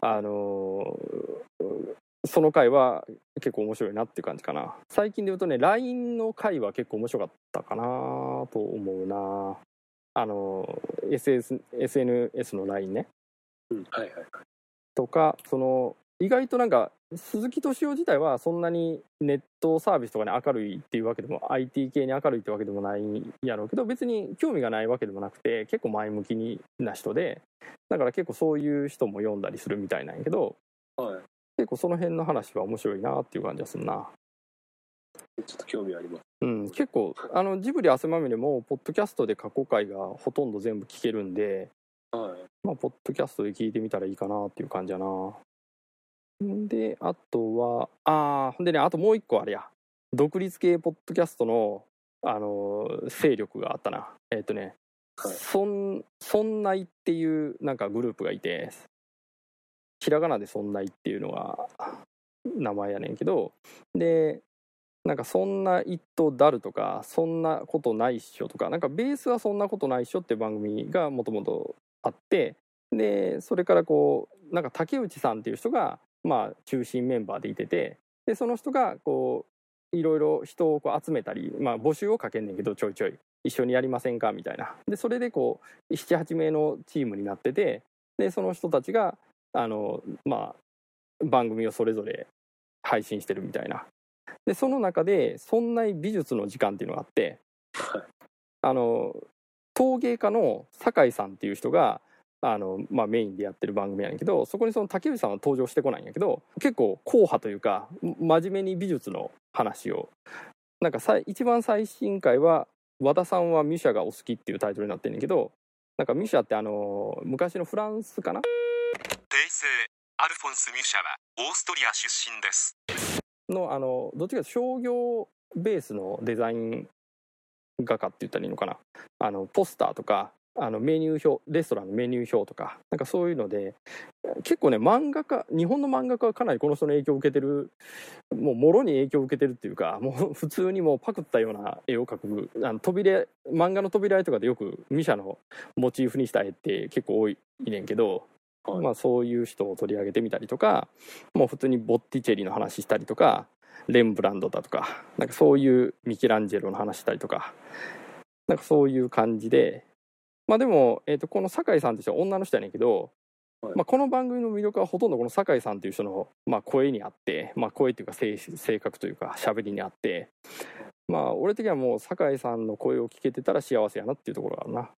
その回は結構面白いなっていう感じかな。最近で言うとね LINE の回は結構面白かったかなと思うな。SNS の LINE ね、 はいはいはい、 とか意外となんか鈴木敏夫自体はそんなにネットサービスとかに明るいっていうわけでも IT 系に明るいってわけでもないやろうけど、別に興味がないわけでもなくて結構前向きな人で、だから結構そういう人も読んだりするみたいなんやけど、はい、結構その辺の話は面白いなっていう感じがするな。 ちょっと興味あります。 うん、結構ジブリ汗まみれもポッドキャストで過去回がほとんど全部聞けるんで、はい、まあポッドキャストで聞いてみたらいいかなっていう感じやな。であとはほんでね、あともう一個あれや、独立系ポッドキャストの勢力があったな。はい、そんないっていうなんかグループがいて、ひらがなでそんないっていうのが名前やねんけど、でなんかそんな一途だるとかそんなことないっしょとか、なんかベースはそんなことないっしょっていう番組がもともとあって、でそれからこうなんか竹内さんっていう人がまあ中心メンバーでいてて、でその人がこういろいろ人をこう集めたり、まあ募集をかけんねんけど、ちょいちょい一緒にやりませんかみたいな。でそれでこう 7,8 名のチームになってて、でその人たちがまあ番組をそれぞれ配信してるみたいな。でその中でそんな美術の時間っていうのがあって、陶芸家の酒井さんっていう人がまあ、メインでやってる番組やねんけど、そこにその竹内さんは登場してこないんやけど、結構硬派というか真面目に美術の話を、なんか一番最新回は和田さんはミュシャがお好きっていうタイトルになってんねんけど、なんかミュシャって昔のフランスかな、 訂正、アルフォンス・ミュシャはオーストリア出身ですのどっちかというと商業ベースのデザイン画家って言ったらいいのかな、ポスターとかメニュー表、レストランのメニュー表とかなんかそういうので、結構ね日本の漫画家はかなりこの人の影響を受けてる、もうもろに影響を受けてるっていうか、もう普通にもうパクったような絵を描く漫画の扉絵とかでよくミシャのモチーフにした絵って結構多いねんけど、はい、まあそういう人を取り上げてみたりとか、もう普通にボッティチェリの話したりとか、レンブランドだとか、なんかそういうミケランジェロの話したりとか、なんかそういう感じで、まあでも、この酒井さんって人は女の人やねんけど、はい、まあ、この番組の魅力はほとんどこの酒井さんっていう人の、まあ、声にあって、まあ、声っていうか性格というか喋りにあって、まあ俺的にはもう酒井さんの声を聞けてたら幸せやなっていうところがあるな。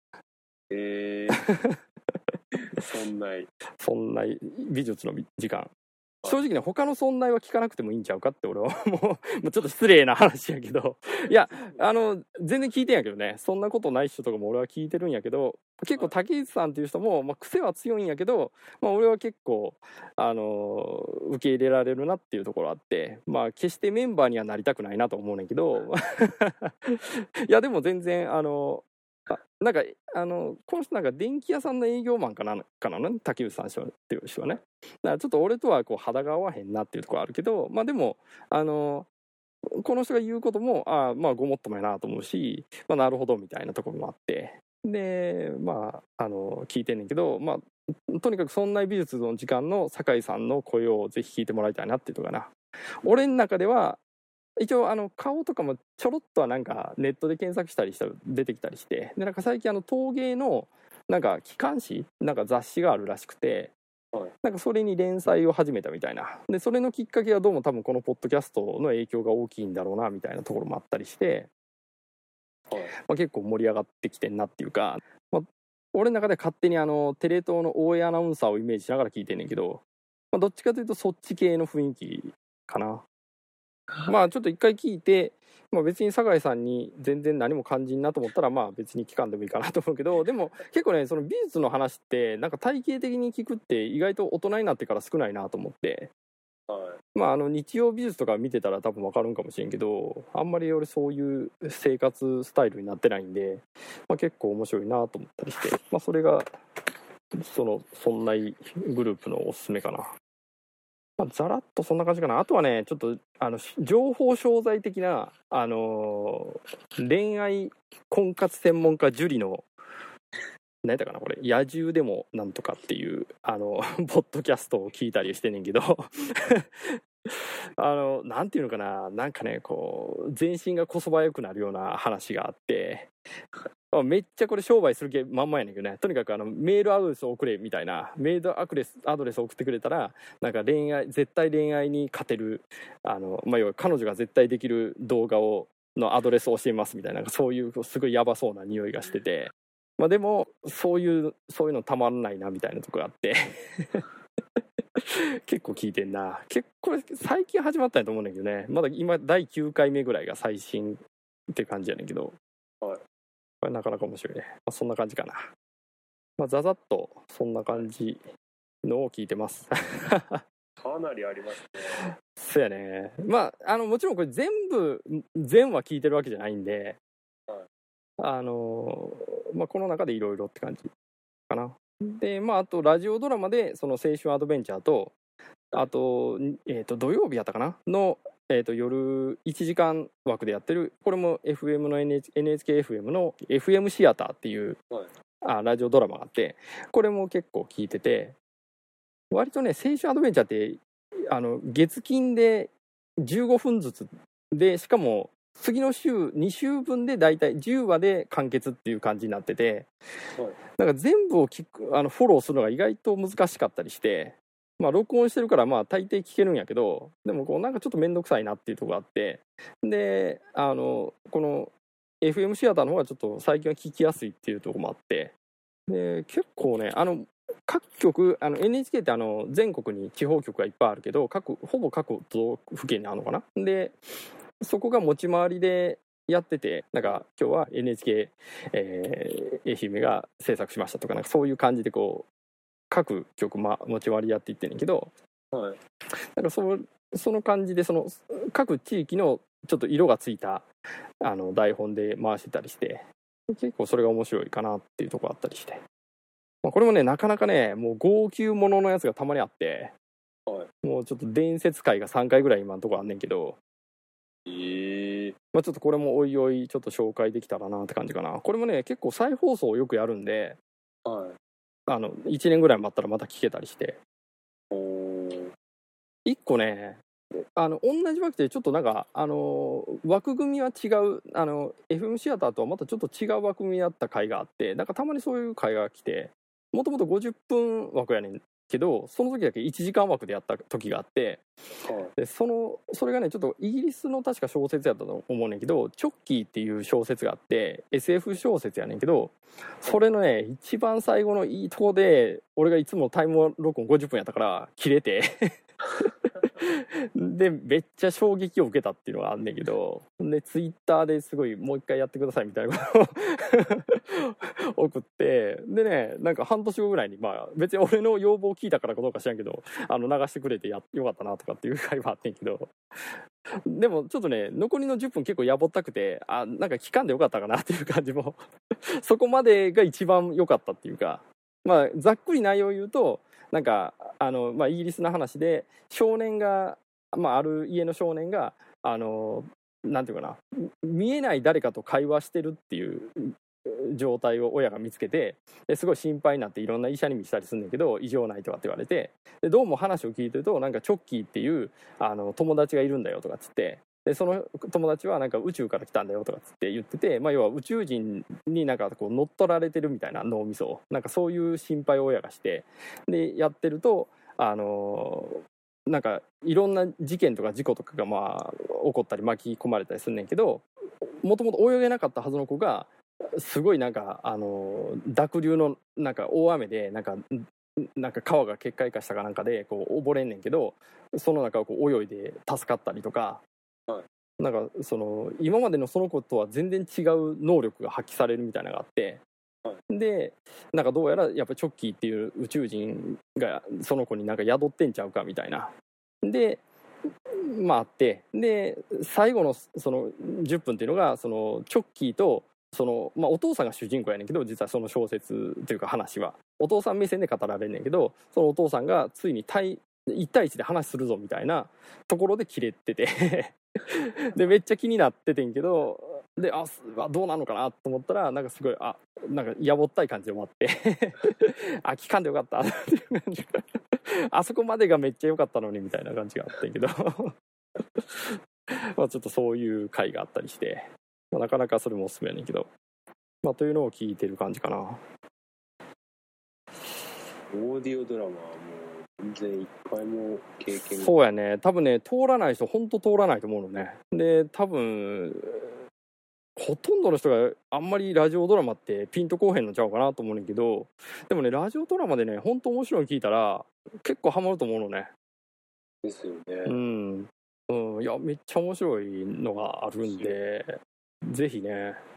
そんな美術の時間。 正直ね他の存在は聞かなくてもいいんちゃうかって俺はもうちょっと失礼な話やけどいや全然聞いてんやけどね、そんなことない人とかも俺は聞いてるんやけど、結構竹内さんっていう人も、まあ、癖は強いんやけど、まあ、俺は結構受け入れられるなっていうところあって、まあ決してメンバーにはなりたくないなと思うねんけどいやでも全然なんかこの人なんか電気屋さんの営業マンかなね、竹内さんっていう人はね。だからちょっと俺とはこう肌が合わへんなっていうところあるけど、まあでもこの人が言うこともまあごもっともやなと思うし、まあなるほどみたいなところもあって、でまあ聞いてんねんけど、まあとにかくそんな美術の時間の酒井さんの声をぜひ聞いてもらいたいなっていうところかな。俺の中では一応顔とかもちょろっとはなんかネットで検索したりしたら出てきたりして、でなんか最近陶芸のなんか機関誌なんか雑誌があるらしくて、なんかそれに連載を始めたみたいな。でそれのきっかけはどうも多分このポッドキャストの影響が大きいんだろうなみたいなところもあったりして、まあ、結構盛り上がってきてんなっていうか、まあ、俺の中で勝手にテレ東の大江アナウンサーをイメージしながら聞いてんねんけど、まあ、どっちかというとそっち系の雰囲気かな。まあちょっと一回聞いて、まあ、別に酒井さんに全然何も感じんなと思ったらまあ別に聞かんでもいいかなと思うけど、でも結構ねその美術の話ってなんか体系的に聞くって意外と大人になってから少ないなと思って、まあ日曜美術とか見てたら多分分かるんかもしれんけど、あんまり俺そういう生活スタイルになってないんで、まあ、結構面白いなと思ったりして、まあ、それがそんなグループのおすすめかな。まあ、ざらっとそんな感じかな。あとはねちょっと情報商材的な恋愛婚活専門家樹の何やったかなこれ、野獣でもなんとかっていうポッドキャストを聞いたりしてんねんけどなんていうのかな、なんかねこう全身がこそばよくなるような話があって、めっちゃこれ商売する気まんまやねんけどね、とにかくメールアドレスを送れみたいな、メールアドレスを送ってくれたらなんか絶対恋愛に勝てるまあ、要は彼女が絶対できる動画のアドレスを教えますみたいな、そういうすごいヤバそうな匂いがしてて、まあでもそういうのたまらないなみたいなとこがあって結構聞いてんな。結構これ最近始まったんやと思うんだけどね、まだ今第9回目ぐらいが最新って感じやねんけど、これなかなか面白いね。まあ、そんな感じかな。まあざざっとそんな感じのを聞いてますかなりありますね。 そうやね。まあもちろんこれ全話聞いてるわけじゃないんで、まあこの中でいろいろって感じかな。でまああとラジオドラマでその青春アドベンチャーと、あと土曜日やったかなの夜1時間枠でやってる、これも FM の NHKFM の FM シアターっていう、ラジオドラマがあって、これも結構聞いてて、割とね青春アドベンチャーって月金で15分ずつで、しかも次の週2週分でだいたい10話で完結っていう感じになってて、なんか全部をフォローするのが意外と難しかったりして、まあ録音してるからまあ大抵聞けるんやけど、でもこうなんかちょっと面倒くさいなっていうところがあって、でこの FM シアターの方がちょっと最近は聞きやすいっていうところもあって、で結構ね各局NHK って全国に地方局がいっぱいあるけど、ほぼ各都道府県にあるのかな。でそこが持ち回りでやってて、なんか今日は NHK、愛媛が制作しましたとか、なんかそういう感じでこう各局持ち回りやっていってんねんけど、なんかその感じでその各地域のちょっと色がついた台本で回してたりして、結構それが面白いかなっていうところあったりして、まあ、これもねなかなかねもう号泣もののやつがたまにあって、もうちょっと伝説回が3回ぐらい今のところあんねんけど、まあ、ちょっとこれもおいおいちょっと紹介できたらなって感じかな。これもね結構再放送をよくやるんで、1年ぐらい待ったらまた聞けたりして、1個ね同じ枠でちょっとなんか枠組みは違うFM シアターとはまたちょっと違う枠組みだった回があって、なんかたまにそういう回が来て、もともと50分枠やねんけど、その時だけ1時間枠でやった時があって、でそれがねちょっとイギリスの確か小説やったと思うねんけど、チョッキーっていう小説があって SF 小説やねんけど、それのね一番最後のいいとこで俺がいつもタイム録音50分やったから切れてでめっちゃ衝撃を受けたっていうのがあんねんけど、でツイッターですごいもう一回やってくださいみたいなことを送って、でね、なんか半年後ぐらいに、まあ別に俺の要望を聞いたからかどうか知らんけど、流してくれてよかったなとかっていう会話あってんけど、でもちょっとね、残りの10分結構やぼったくて、なんか聞かんでよかったかなっていう感じもそこまでが一番良かったっていうか、まあざっくり内容を言うと、なんかまあ、イギリスの話で少年が、まあ、ある家の少年がなんていうかな、見えない誰かと会話してるっていう状態を親が見つけて、ですごい心配になっていろんな医者に見せたりするんだけど異常ないとかって言われて、でどうも話を聞いてるとなんかチョッキーっていう友達がいるんだよとかっつって、でその友達はなんか宇宙から来たんだよとかっつって言ってて、まあ、要は宇宙人になんかこう乗っ取られてるみたいな、脳みそをなんかそういう心配を親がして、でやってるとなんかいろんな事件とか事故とかがまあ起こったり巻き込まれたりするねんけど、もともと泳げなかったはずの子がすごいなんか濁流のなんか大雨でなんか川が決壊化したかなんかでこう溺れんねんけど、その中をこう泳いで助かったりとか、はい、なんかその今までのその子とは全然違う能力が発揮されるみたいなのがあって、はい、でなんかどうやらやっぱチョッキーっていう宇宙人がその子になんか宿ってんちゃうかみたいなでまああって、で最後のその10分っていうのがそのチョッキーとその、まあ、お父さんが主人公やねんけど、実はその小説というか話はお父さん目線で語られんねんけど、そのお父さんがついに1対1で話するぞみたいなところで切れててでめっちゃ気になっててんけど、でどうなのかなと思ったらなんかすごいなんかやぼったい感じで終わって聞かんでよかったっていう感じあそこまでがめっちゃ良かったのにみたいな感じがあったんやけどまあちょっとそういう回があったりして、まあ、なかなかそれもおすすめやねんけど、まあというのを聞いてる感じかな。 オーディオドラマはもう全然一回も経験がそうやね、多分ね通らない人本当通らないと思うのね。で多分ほとんどの人があんまりラジオドラマってピンとこうへんのちゃうかなと思うねんけど、でもねラジオドラマでね本当面白いの聞いたら結構ハマると思うのね。 ですよね。 うん、いやめっちゃ面白いのがあるんでぜひね